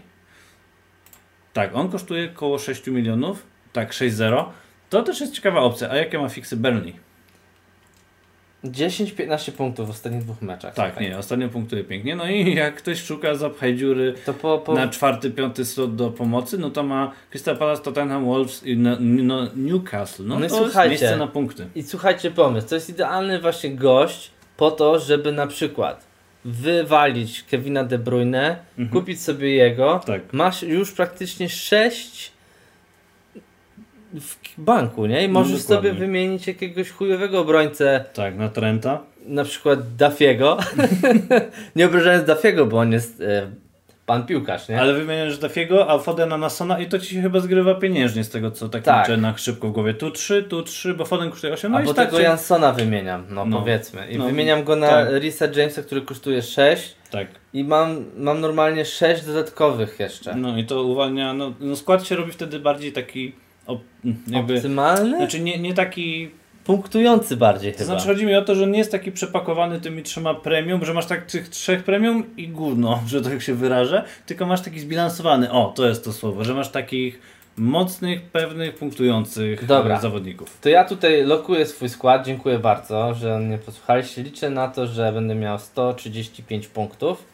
Tak, on kosztuje około sześć milionów. Tak, sześć zero. To też jest ciekawa opcja. A jakie ma fiksy Burnley? dziesięć piętnaście punktów w ostatnich dwóch meczach. Tak, nie, ostatnio punktuje pięknie. No i jak ktoś szuka zapchaj dziury to po, po... na czwarty, piąty slot do pomocy, no to ma Crystal Palace, Tottenham, Wolves i no, no, Newcastle. No, no to jest miejsce na punkty. I słuchajcie pomysł. To jest idealny właśnie gość po to, żeby na przykład wywalić Kevina De Bruyne, mhm. kupić sobie jego. Tak. Masz już praktycznie sześć w banku, nie? I możesz no, sobie wymienić jakiegoś chujowego obrońcę. Tak, na Trenta. Na przykład Daffiego. Nie obrażając Daffiego, bo on jest e, pan piłkarz, nie? Ale wymieniasz Daffiego, a Fodena na Sona i to ci się chyba zgrywa pieniężnie z tego, co tak, tak. liczę na szybko w głowie. Tu trzy, tu trzy, bo Foden kosztuje osiem. No a bo tego czy... Jansona wymieniam, no, no powiedzmy. I no, wymieniam go na tak. Risa Jamesa, który kosztuje sześć. Tak. I mam, mam normalnie sześć dodatkowych jeszcze. No i to uwalnia, no, no skład się robi wtedy bardziej taki Op, jakby, optymalny? Znaczy nie, nie taki punktujący bardziej to chyba. Znaczy chodzi mi o to, że nie jest taki przepakowany tymi trzema premium, że masz tak tych trzech premium i gówno, że tak się wyrażę, tylko masz taki zbilansowany, o to jest to słowo, że masz takich mocnych, pewnych, punktujących Dobra. zawodników. To ja tutaj lokuję swój skład, dziękuję bardzo, że mnie posłuchaliście. Liczę na to, że będę miał sto trzydzieści pięć punktów.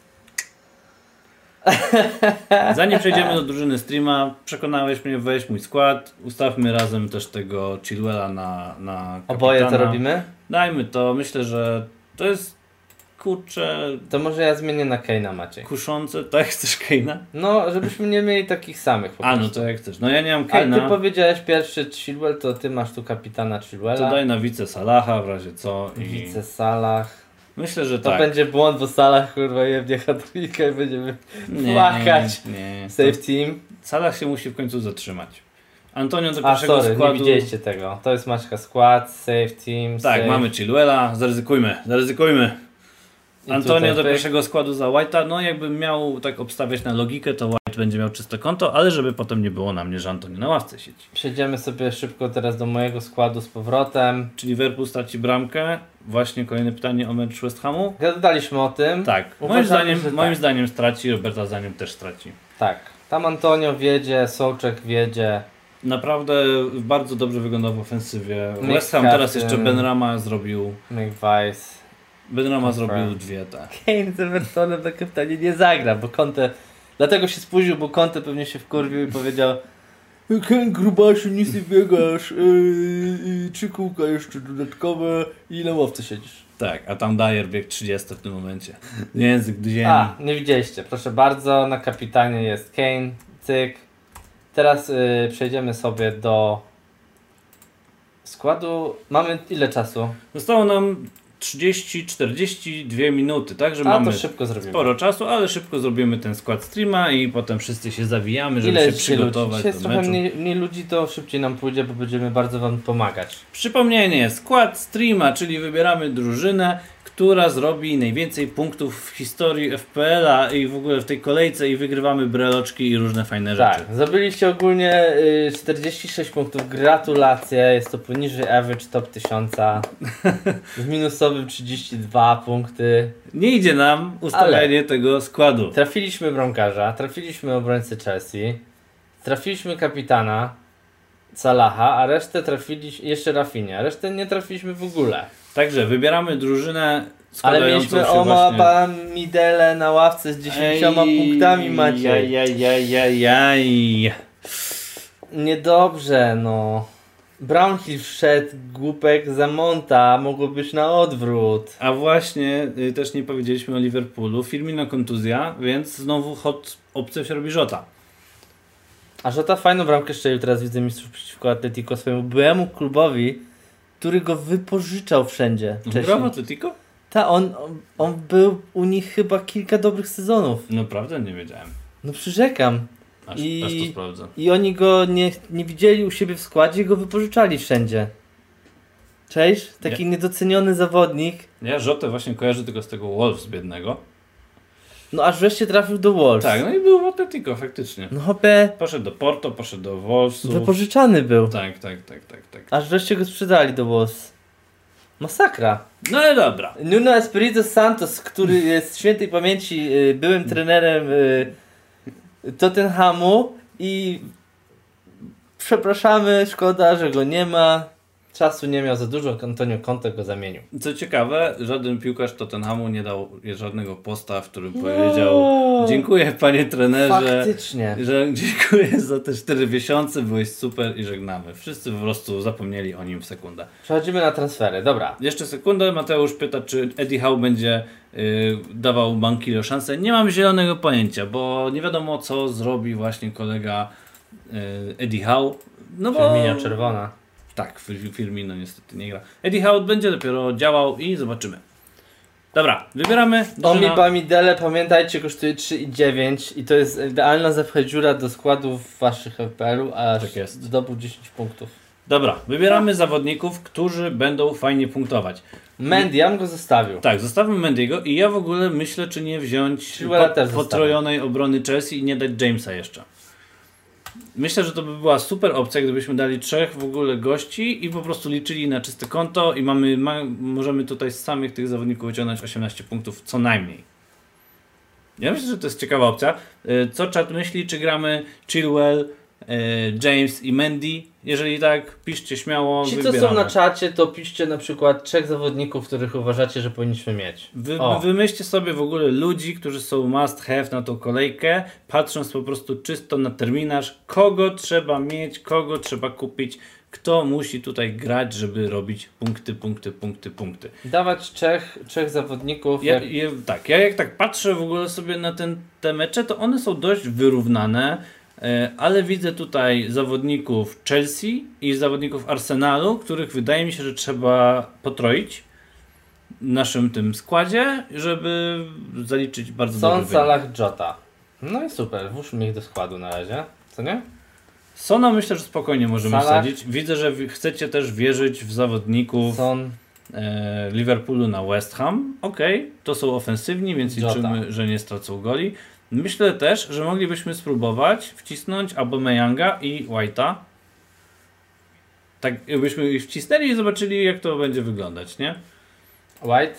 Zanim przejdziemy do drużyny streama, przekonałeś mnie wejść mój skład. Ustawmy razem też tego Chilwella na, na kapitana. Oboje to robimy? Dajmy to. Myślę, że to jest kurczę... To może ja zmienię na Kane'a, Maciej. Kuszące. Tak, chcesz Kane'a? No, żebyśmy nie mieli takich samych po A, no to jak chcesz. No ja nie mam Kane'a. Ale ty powiedziałeś pierwszy Chilwell, to ty masz tu kapitana Chilwella. To daj na wice Salaha w razie co. I... Wice Salah. Myślę, że to tak. To będzie błąd, bo Salah kurwa jebnie hat-tricka i będziemy nie, płakać. Nie, nie. Save to... team. Salah się musi w końcu zatrzymać. Antonio do A, pierwszego sorry, składu... nie widzieliście tego. To jest Maćka skład, save team, Tak, save... mamy Chilwella, zaryzykujmy, zaryzykujmy. I Antonio do pierwszego składu za White'a, no jakbym miał tak obstawiać na logikę, to White będzie miał czyste konto, ale żeby potem nie było na mnie, że Antonio na ławce siedzi. Przejdziemy sobie szybko teraz do mojego składu z powrotem. Czy Liverpool straci bramkę? Właśnie kolejne pytanie o mecz West Hamu. Gadaliśmy o tym. Tak, Uważamy, moim zdaniem, moim tak. zdaniem straci, Roberta zdaniem też straci. Tak, tam Antonio wiedzie, Souczek wiedzie. Naprawdę bardzo dobrze wyglądał w ofensywie. West Ham teraz jeszcze Benrahma zrobił... McVice. Benrahma zrobił dwie, tak. Kane z Evertonem na kapitanie nie zagra, bo Conte... Dlatego się spóźnił, bo Conte pewnie się wkurwił i powiedział Kane grubasiu, nic nie biegasz, yy, trzy kółka jeszcze dodatkowe i na ławce siedzisz. Tak, a tam Dyer biegł trzydzieści w tym momencie. Język do ziemi. A, nie widzieliście, proszę bardzo, na kapitanie jest Kane, cyk. Teraz yy, przejdziemy sobie do składu. Mamy ile czasu? Zostało nam trzydzieści czterdzieści dwie minuty, także A, mamy to szybko zrobimy. sporo czasu, ale szybko zrobimy ten skład streama i potem wszyscy się zawijamy, żeby ile się przygotować Dzisiaj jest do trochę meczu. mniej, mniej ludzi, to szybciej nam pójdzie, bo będziemy bardzo wam pomagać. Przypomnienie, skład streama, czyli wybieramy drużynę, która zrobi najwięcej punktów w historii F P L a i w ogóle w tej kolejce i wygrywamy breloczki i różne fajne rzeczy. Tak, zdobyliście ogólnie y, czterdzieści sześć punktów, gratulacje, jest to poniżej average top tysiąc, w minusowym trzydzieści dwa punkty. Nie idzie nam ustalenie Ale tego składu. Trafiliśmy bramkarza, trafiliśmy obrońcę Chelsea, trafiliśmy kapitana Salaha, a resztę trafiliśmy, jeszcze Rafinha, resztę nie trafiliśmy w ogóle. Także wybieramy drużynę Ale składającą mieliśmy się Oma właśnie... Midele na ławce z dziesięcioma punktami, Maciej. Jajajajajaj. Niedobrze, no. Brownhill wszedł, głupek za Monta, mogło być na odwrót. A właśnie, y, też nie powiedzieliśmy o Liverpoolu. Firmino kontuzja, więc znowu hot opcja się robi Żota. A Żota fajną bramkę strzelił, teraz widzę mistrzów przeciwko Atletico, swojemu byłemu klubowi, który go wypożyczał wszędzie. Grał w Atletico? Ta, on, on, on był u nich chyba kilka dobrych sezonów. Naprawdę nie wiedziałem. No przyrzekam. Aż, I, aż to sprawdzę. I oni go nie, nie widzieli u siebie w składzie i go wypożyczali wszędzie. Cześć? Taki Nie. niedoceniony zawodnik. Ja Żotę właśnie kojarzę tylko z tego Wolves biednego. No aż wreszcie trafił do Wolves. Tak, no i był w Atletico faktycznie. No hopie, Poszedł do Porto, poszedł do Wolvesu. wypożyczany był. Tak, tak, tak, tak, tak. Aż wreszcie go sprzedali do Wolves. Masakra. No ale dobra. Nuno Espirito Santos, który jest świętej pamięci y, byłym trenerem y, Tottenhamu i przepraszamy, szkoda, że go nie ma. Czasu nie miał za dużo, Antonio Conte go zamienił. Co ciekawe, żaden piłkarz Tottenhamu nie dał żadnego posta, w którym No. powiedział: dziękuję panie trenerze, Faktycznie. że dziękuję za te cztery miesiące, byłeś super i żegnamy. Wszyscy po prostu zapomnieli o nim w sekundę. Przechodzimy na transfery, dobra. Jeszcze sekundę, Mateusz pyta, czy Eddie Howe będzie yy, dawał Bankilio szansę. Nie mam zielonego pojęcia, bo nie wiadomo co zrobi właśnie kolega yy, Eddie Howe. No bo... Firmino czerwona. Tak, Firmino niestety nie gra. Eddie Howe będzie dopiero działał i zobaczymy. Dobra, wybieramy. Omi drużyna- Bamidele, pamiętajcie, kosztuje trzy i dziewięć i to jest idealna zapchę do składów waszych F P L-u, a Tak jest. zdobył dziesięć punktów. Dobra, wybieramy zawodników, którzy będą fajnie punktować. Mendy, ja bym go zostawił. Tak, zostawmy Mendiego i ja w ogóle myślę, czy nie wziąć Chilwella po, też potrojonej obrony Chelsea i nie dać Jamesa jeszcze. Myślę, że to by była super opcja, gdybyśmy dali trzech w ogóle gości i po prostu liczyli na czyste konto i mamy, ma, możemy tutaj z samych tych zawodników wyciągnąć osiemnaście punktów co najmniej. Ja myślę, że to jest ciekawa opcja. Y, Co czat myśli, czy gramy Chilwell, y, James i Mendy? Jeżeli tak, piszcie śmiało. Ci, co wybieramy. są na czacie, to piszcie na przykład trzech zawodników, których uważacie, że powinniśmy mieć. Wy, O. wymyślcie sobie w ogóle ludzi, którzy są must have na tą kolejkę, patrząc po prostu czysto na terminarz, kogo trzeba mieć, kogo trzeba kupić, kto musi tutaj grać, żeby robić punkty, punkty, punkty, punkty. Dawać trzech, trzech zawodników. Ja, jak... ja, tak, ja jak tak patrzę w ogóle sobie na ten, te mecze, to one są dość wyrównane, e, ale widzę tutaj zawodników Chelsea i zawodników Arsenalu, których wydaje mi się, że trzeba potroić w naszym tym składzie, żeby zaliczyć bardzo Son, dobry wynik. Salah, Jota. No i super, włóżmy ich do składu na razie. Co nie? Sona myślę, że spokojnie możemy Salah. wsadzić. Widzę, że wy chcecie też wierzyć w zawodników Son, e, Liverpoolu na West Ham. Okej, to są ofensywni, więc Jota. liczymy, że nie stracą goli. Myślę też, że moglibyśmy spróbować wcisnąć Aubameyanga i White'a. Tak jakbyśmy ich wcisnęli i zobaczyli, jak to będzie wyglądać, nie? White.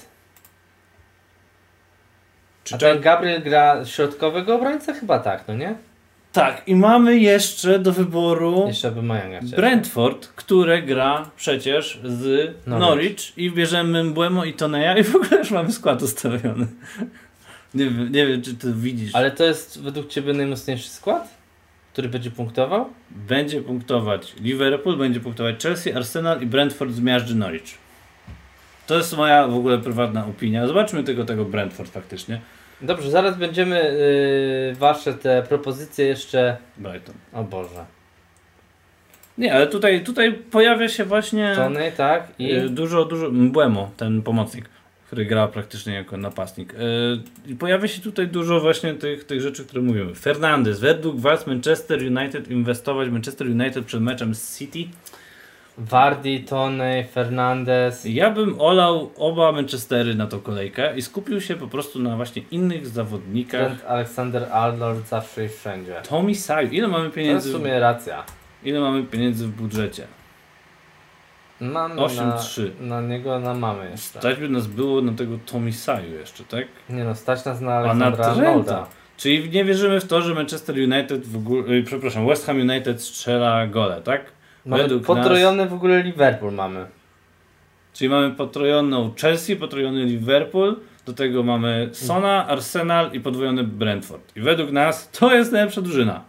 Czy A trzeba- ten Gabriel gra środkowego obrońcę? Chyba tak, no nie? Tak, i mamy jeszcze do wyboru Jeszcze by Majanga chciał. Brentford, które gra przecież z Norwich. Norwich i bierzemy Mbeumo i Toneja i w ogóle już mamy skład ustawiony. Nie wiem, nie wiem, czy to widzisz. Ale to jest według Ciebie najmocniejszy skład? Który będzie punktował? Będzie punktować Liverpool, będzie punktować Chelsea, Arsenal i Brentford zmiażdży Norwich. To jest moja w ogóle prywatna opinia. Zobaczmy tylko tego Brentford faktycznie. Dobrze, zaraz będziemy yy, Wasze te propozycje jeszcze... Brighton. O Boże. Nie, ale tutaj, tutaj pojawia się właśnie Tony, tak? I... y, dużo, dużo... Mbeumo, ten pomocnik, który gra praktycznie jako napastnik. Y, I pojawia się tutaj dużo właśnie tych, tych rzeczy, które mówimy. Fernandes, według Was Manchester United inwestować Manchester United przed meczem z City? Vardy, Toney, Fernandes. Ja bym olał oba Manchestery na tą kolejkę i skupił się po prostu na właśnie innych zawodnikach. Trent Alexander-Arnold zawsze i wszędzie. Tommy Saju. Ile mamy To jest pieniędzy? w sumie racja. Ile mamy pieniędzy w budżecie? Mamy osiem na, trzy. na niego na mamy jeszcze. Stać by nas było na tego Tommy Saju jeszcze, tak? Nie no, stać nas na A na Alexandra Trenta. Arnolda. Czyli nie wierzymy w to, że Manchester United w ogóle, yy, przepraszam, West Ham United strzela gole, tak? Mamy Według potrojony w ogóle Liverpool mamy. Czyli mamy potrojoną Chelsea, potrojony Liverpool, do tego mamy Sona, Arsenal i podwojony Brentford. I według nas to jest najlepsza drużyna.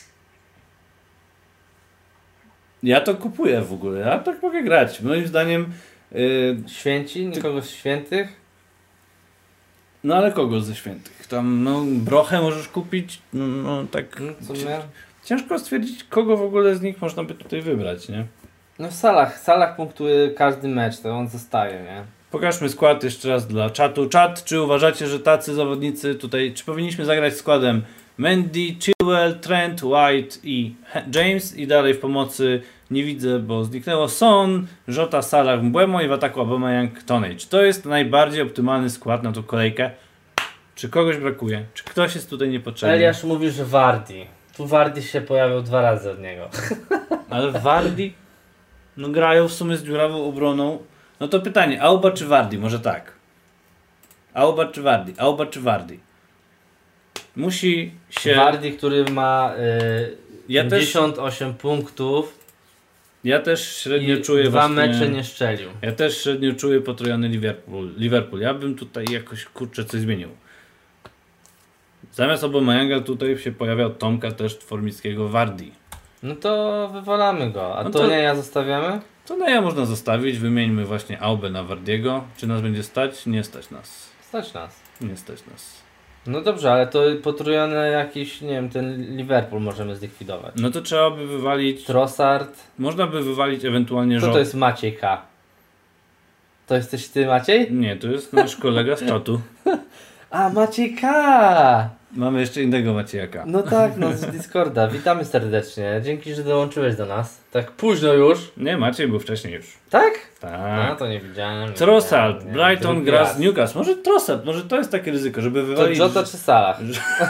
Ja to kupuję w ogóle, ja tak mogę grać. Moim zdaniem... Yy, Święci? Nikogo z świętych? no ale kogo ze świętych? Tam no Brochę możesz kupić, no, no tak... No, w sumie. Ciężko stwierdzić, kogo w ogóle z nich można by tutaj wybrać, nie? No w Salach, Salach punktuje każdy mecz, to on zostaje, nie? Pokażmy skład jeszcze raz dla czatu. Czat, czy uważacie, że tacy zawodnicy tutaj, czy powinniśmy zagrać składem Mendy, Chilwell, Trent, White i James i dalej w pomocy nie widzę, bo zniknęło Son, Jota, Salah, Mbeumo i w ataku Aubameyang, Toney. Czy to jest najbardziej optymalny skład na tą kolejkę? Czy kogoś brakuje? Czy ktoś jest tutaj niepotrzebny? Eliasz mówi, że Vardy. Tu Vardy się pojawił dwa razy od niego. Ale Vardy no grają w sumie z dziurawą obroną. No to pytanie, Auba czy Vardy? Może tak. Auba czy Vardy? Auba czy Vardy? Musi się... Vardy, który ma y, Ja też- pięćdziesiąt osiem punktów Ja też średnio i czuję dwa właśnie... mecze nie szczelił. Ja też średnio czuję potrojony Liverpool. Liverpool. Ja bym tutaj jakoś kurczę coś zmienił. Zamiast Aubameyanga tutaj się pojawiał Tomka też Formickiego Vardy. No to wywalamy go. A No to to- nie ja zostawiamy? To no ja można zostawić. Wymieńmy właśnie Aubę na Vardiego. Czy nas będzie stać? Nie stać nas. Stać nas. Nie stać nas. No dobrze, ale to potrojony jakiś, nie wiem, ten Liverpool możemy zlikwidować. No to trzeba by wywalić... Trossard. Można by wywalić ewentualnie Kto Żo- to jest Maciej K? To jesteś ty, Maciej? Nie, to jest nasz kolega z czatu. A, Maciej K! Mamy jeszcze innego Maciejaka. No tak, no z Discorda. Witamy serdecznie. Dzięki, że dołączyłeś do nas. Tak późno już. Nie, Maciej był wcześniej już. Tak? No Tak. to nie widziałem. nie Trossard, widziałem, nie. Brighton Drugi gra raz. z Newcastle. Może Trossard, może to jest takie ryzyko, żeby To wywalić... Jota czy Salah?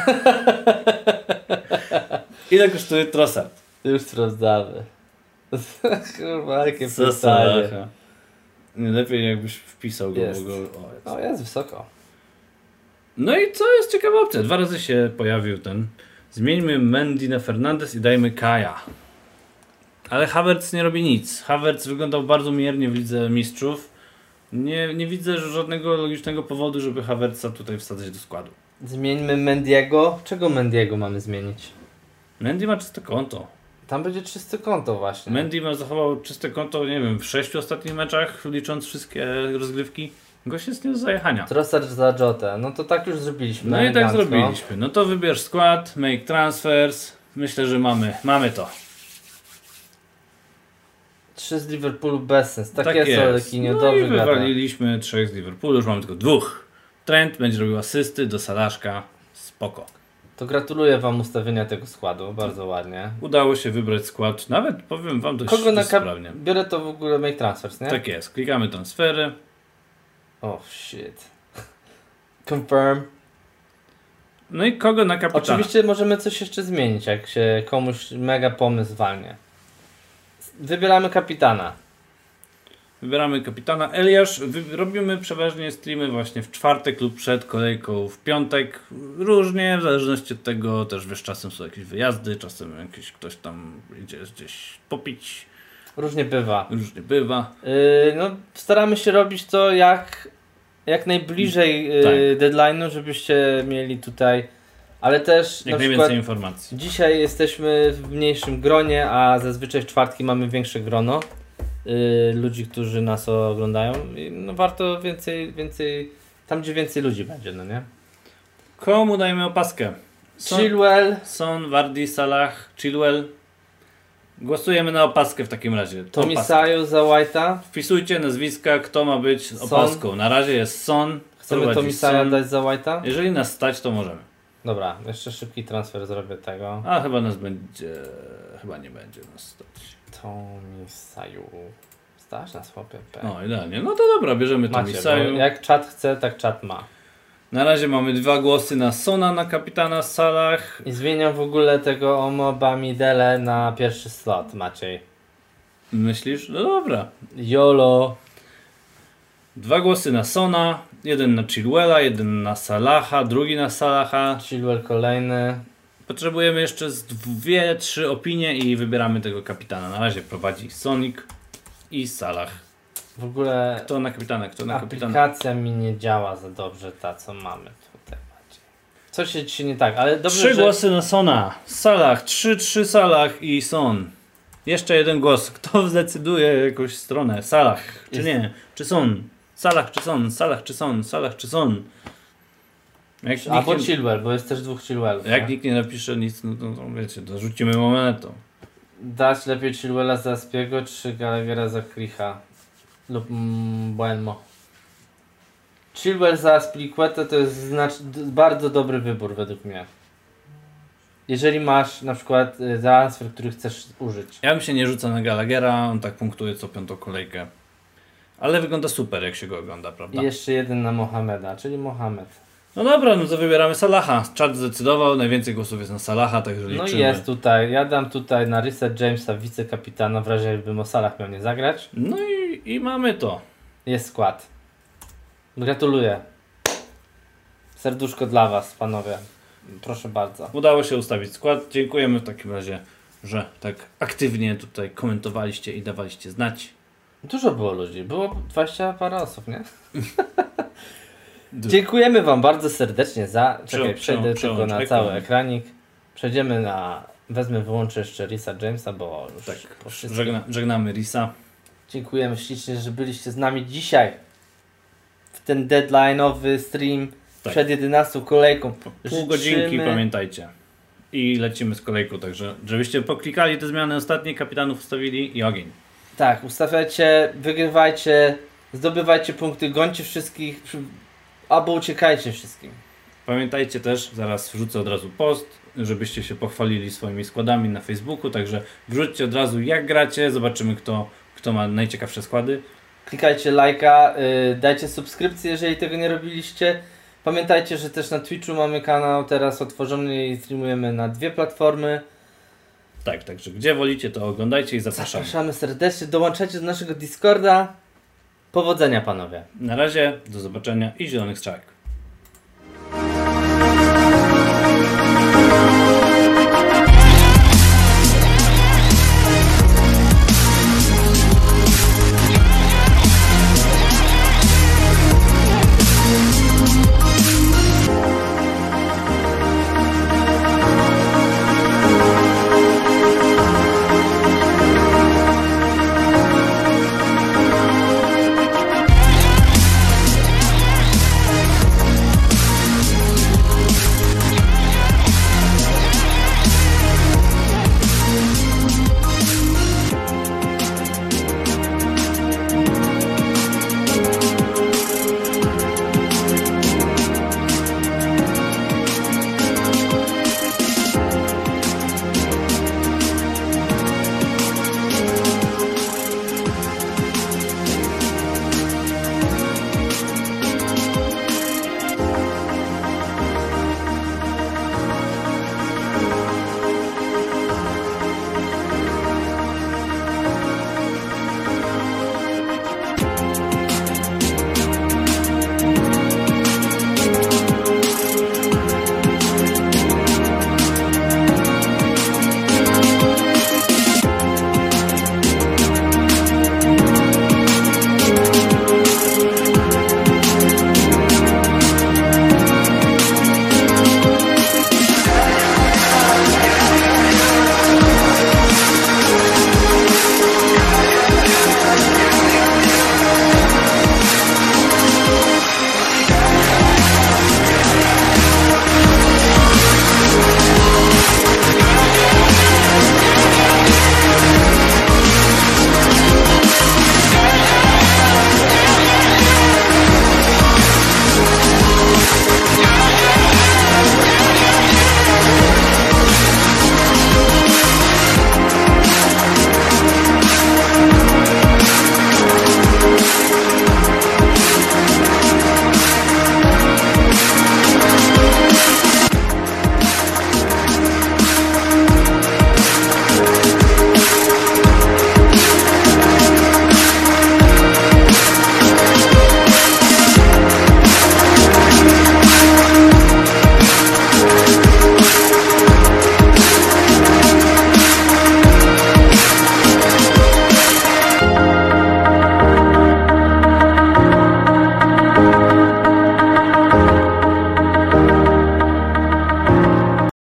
Ile kosztuje Trossard? Już sprawdzamy. Kurwa, jakie Co pytanie. Salaha? Nie, lepiej jakbyś wpisał go. Jest. Bo go o, jest. O, jest wysoko. No i co jest ciekawa opcja? Dwa razy się pojawił ten. Zmieńmy Mendy na Fernandes i dajmy Kaja. Ale Havertz nie robi nic. Havertz wyglądał bardzo miernie w Lidze Mistrzów. Nie, nie widzę żadnego logicznego powodu, żeby Havertza tutaj wsadzać do składu. Zmieńmy Mendiego. Czego Mendiego mamy zmienić? Mendy ma czyste konto. Tam będzie czyste konto właśnie. Mendy ma zachował czyste konto, nie wiem, w sześciu ostatnich meczach, licząc wszystkie rozgrywki. Gość jest nie do zajechania. Trossard za Jotę. No to tak już zrobiliśmy. No i tak elegancko. zrobiliśmy. No to wybierz skład, make transfers. Myślę, że mamy, mamy to. Trzy z Liverpoolu bez sens. Tak, Tak jest, jest. Oleki, No i dobrze gada. wywaliliśmy trzech z Liverpoolu, już mamy tylko dwóch. Trent będzie robił asysty do Salaszka. Spoko. To gratuluję wam ustawienia tego składu, bardzo ładnie. Udało się wybrać skład, nawet powiem wam dość Kogo na kap... sprawnie. Biorę to w ogóle make transfers, nie? Tak jest, klikamy transfery. Oh shit. Confirm. No i kogo na kapitana? Oczywiście możemy coś jeszcze zmienić, jak się komuś mega pomysł walnie. Wybieramy kapitana. Wybieramy kapitana. Eliasz, wy- robimy przeważnie streamy właśnie w czwartek lub przed kolejką w piątek. Różnie, w zależności od tego też wiesz, czasem są jakieś wyjazdy, czasem jakiś ktoś tam idzie gdzieś popić. Różnie bywa. Różnie bywa. Yy, no, staramy się robić to jak, jak najbliżej yy, Tak. deadline'u, żebyście mieli tutaj, ale też Jak na najwięcej przykład informacji. dzisiaj jesteśmy w mniejszym gronie, a zazwyczaj w czwartki mamy większe grono yy, ludzi, którzy nas oglądają. I no warto więcej, więcej, tam gdzie więcej ludzi będzie, no nie? Komu dajmy opaskę? Son, Chilwell, Son, Vardy, Salah, Chilwell. Głosujemy na opaskę w takim razie. Opaskę. Tomisaju za White'a. Wpisujcie nazwiska, kto ma być Son. opaską. Na razie jest Son. Chcemy prowadzi Tomisaja Son. dać za White'a? Jeżeli nas stać, to możemy. Dobra, jeszcze szybki transfer zrobię tego. A chyba nas będzie... Chyba nie będzie nas stać. Tomi Saju. Stać na chłopie P. No idealnie. No to dobra, bierzemy to Macie, bo Misaju. jak czat chce, tak czat ma. Na razie mamy dwa głosy na Sona, na kapitana Salah. I zmieniam w ogóle tego Omoba Midele na pierwszy slot, Maciej. Myślisz? No dobra. YOLO. Dwa głosy na Sona, jeden na Chilwella, jeden na Salaha, drugi na Salaha. Chilwell kolejny. Potrzebujemy jeszcze z dwie, trzy opinie i wybieramy tego kapitana. Na razie prowadzi Sonic i Salah. W ogóle Kto na kapitana, kto na kapitana? aplikacja mi nie działa za dobrze, ta co mamy tutaj, Maciej. Co się dzisiaj nie tak, ale dobrze, Trzy że... głosy na Sona, Salah, trzy, trzy Salah i Son. Jeszcze jeden głos. Kto zdecyduje jakąś stronę? Salah czy Jest- nie? Czy Son? Salah czy Son? Salah czy Son? Salah czy Son? Jak Albo nikt, nie, Chilwell, bo jest też dwóch Chilwellów. jak nie? nikt nie napisze nic, no to, to wiecie, to rzucimy momentu. Dać lepiej Chilwella za Spiego, czy Gallaghera za Klicha? Lub mm, Buenmo. Chilwell za Spliqueta to jest znacz- d- bardzo dobry wybór według mnie. Jeżeli masz na przykład y, transfer, który chcesz użyć. Ja bym się nie rzucał na Gallaghera, on tak punktuje co piątą kolejkę. Ale wygląda super jak się go ogląda, prawda? I jeszcze jeden na Mohameda, czyli Mohamed. No dobra, no to wybieramy Salaha. Czat zdecydował, najwięcej głosów jest na Salaha, także liczymy. No i jest tutaj, ja dam tutaj na Rysa Jamesa wicekapitana, w razie jakby Salah miał nie zagrać. No i, i mamy to. Jest skład. Gratuluję. Serduszko dla was, panowie. Proszę bardzo. Udało się ustawić skład. Dziękujemy w takim razie, że tak aktywnie tutaj komentowaliście i dawaliście znać. Dużo było ludzi, było dwadzieścia parę osób, nie? Dziękujemy wam bardzo serdecznie za... Czekaj, Przełącz, przejdę przełącz, tylko na ekran. cały ekranik. Przejdziemy na... Wezmę, wyłączę jeszcze Risa Jamesa, bo już Tak, po wszystkim. żegna, żegnamy Risa. Dziękujemy ślicznie, że byliście z nami dzisiaj. W ten deadline'owy stream Tak. przed jedenastą kolejką. Pół godzinki, Życzymy- pamiętajcie. I lecimy z kolejką, także żebyście poklikali te zmiany ostatnie, kapitanów ustawili i ogień. Tak, ustawiajcie, wygrywajcie, zdobywajcie punkty, gońcie wszystkich, przy- albo uciekajcie wszystkim. Pamiętajcie też, zaraz wrzucę od razu post, żebyście się pochwalili swoimi składami na Facebooku, także wrzućcie od razu jak gracie, zobaczymy kto, kto ma najciekawsze składy. Klikajcie lajka, yy, dajcie subskrypcję, jeżeli tego nie robiliście. Pamiętajcie, że też na Twitchu mamy kanał teraz otworzony i streamujemy na dwie platformy. Tak, także gdzie wolicie to oglądajcie i zapraszamy. Zapraszamy serdecznie, dołączajcie do naszego Discorda. Powodzenia, panowie. Na razie, do zobaczenia i zielonych strzałek.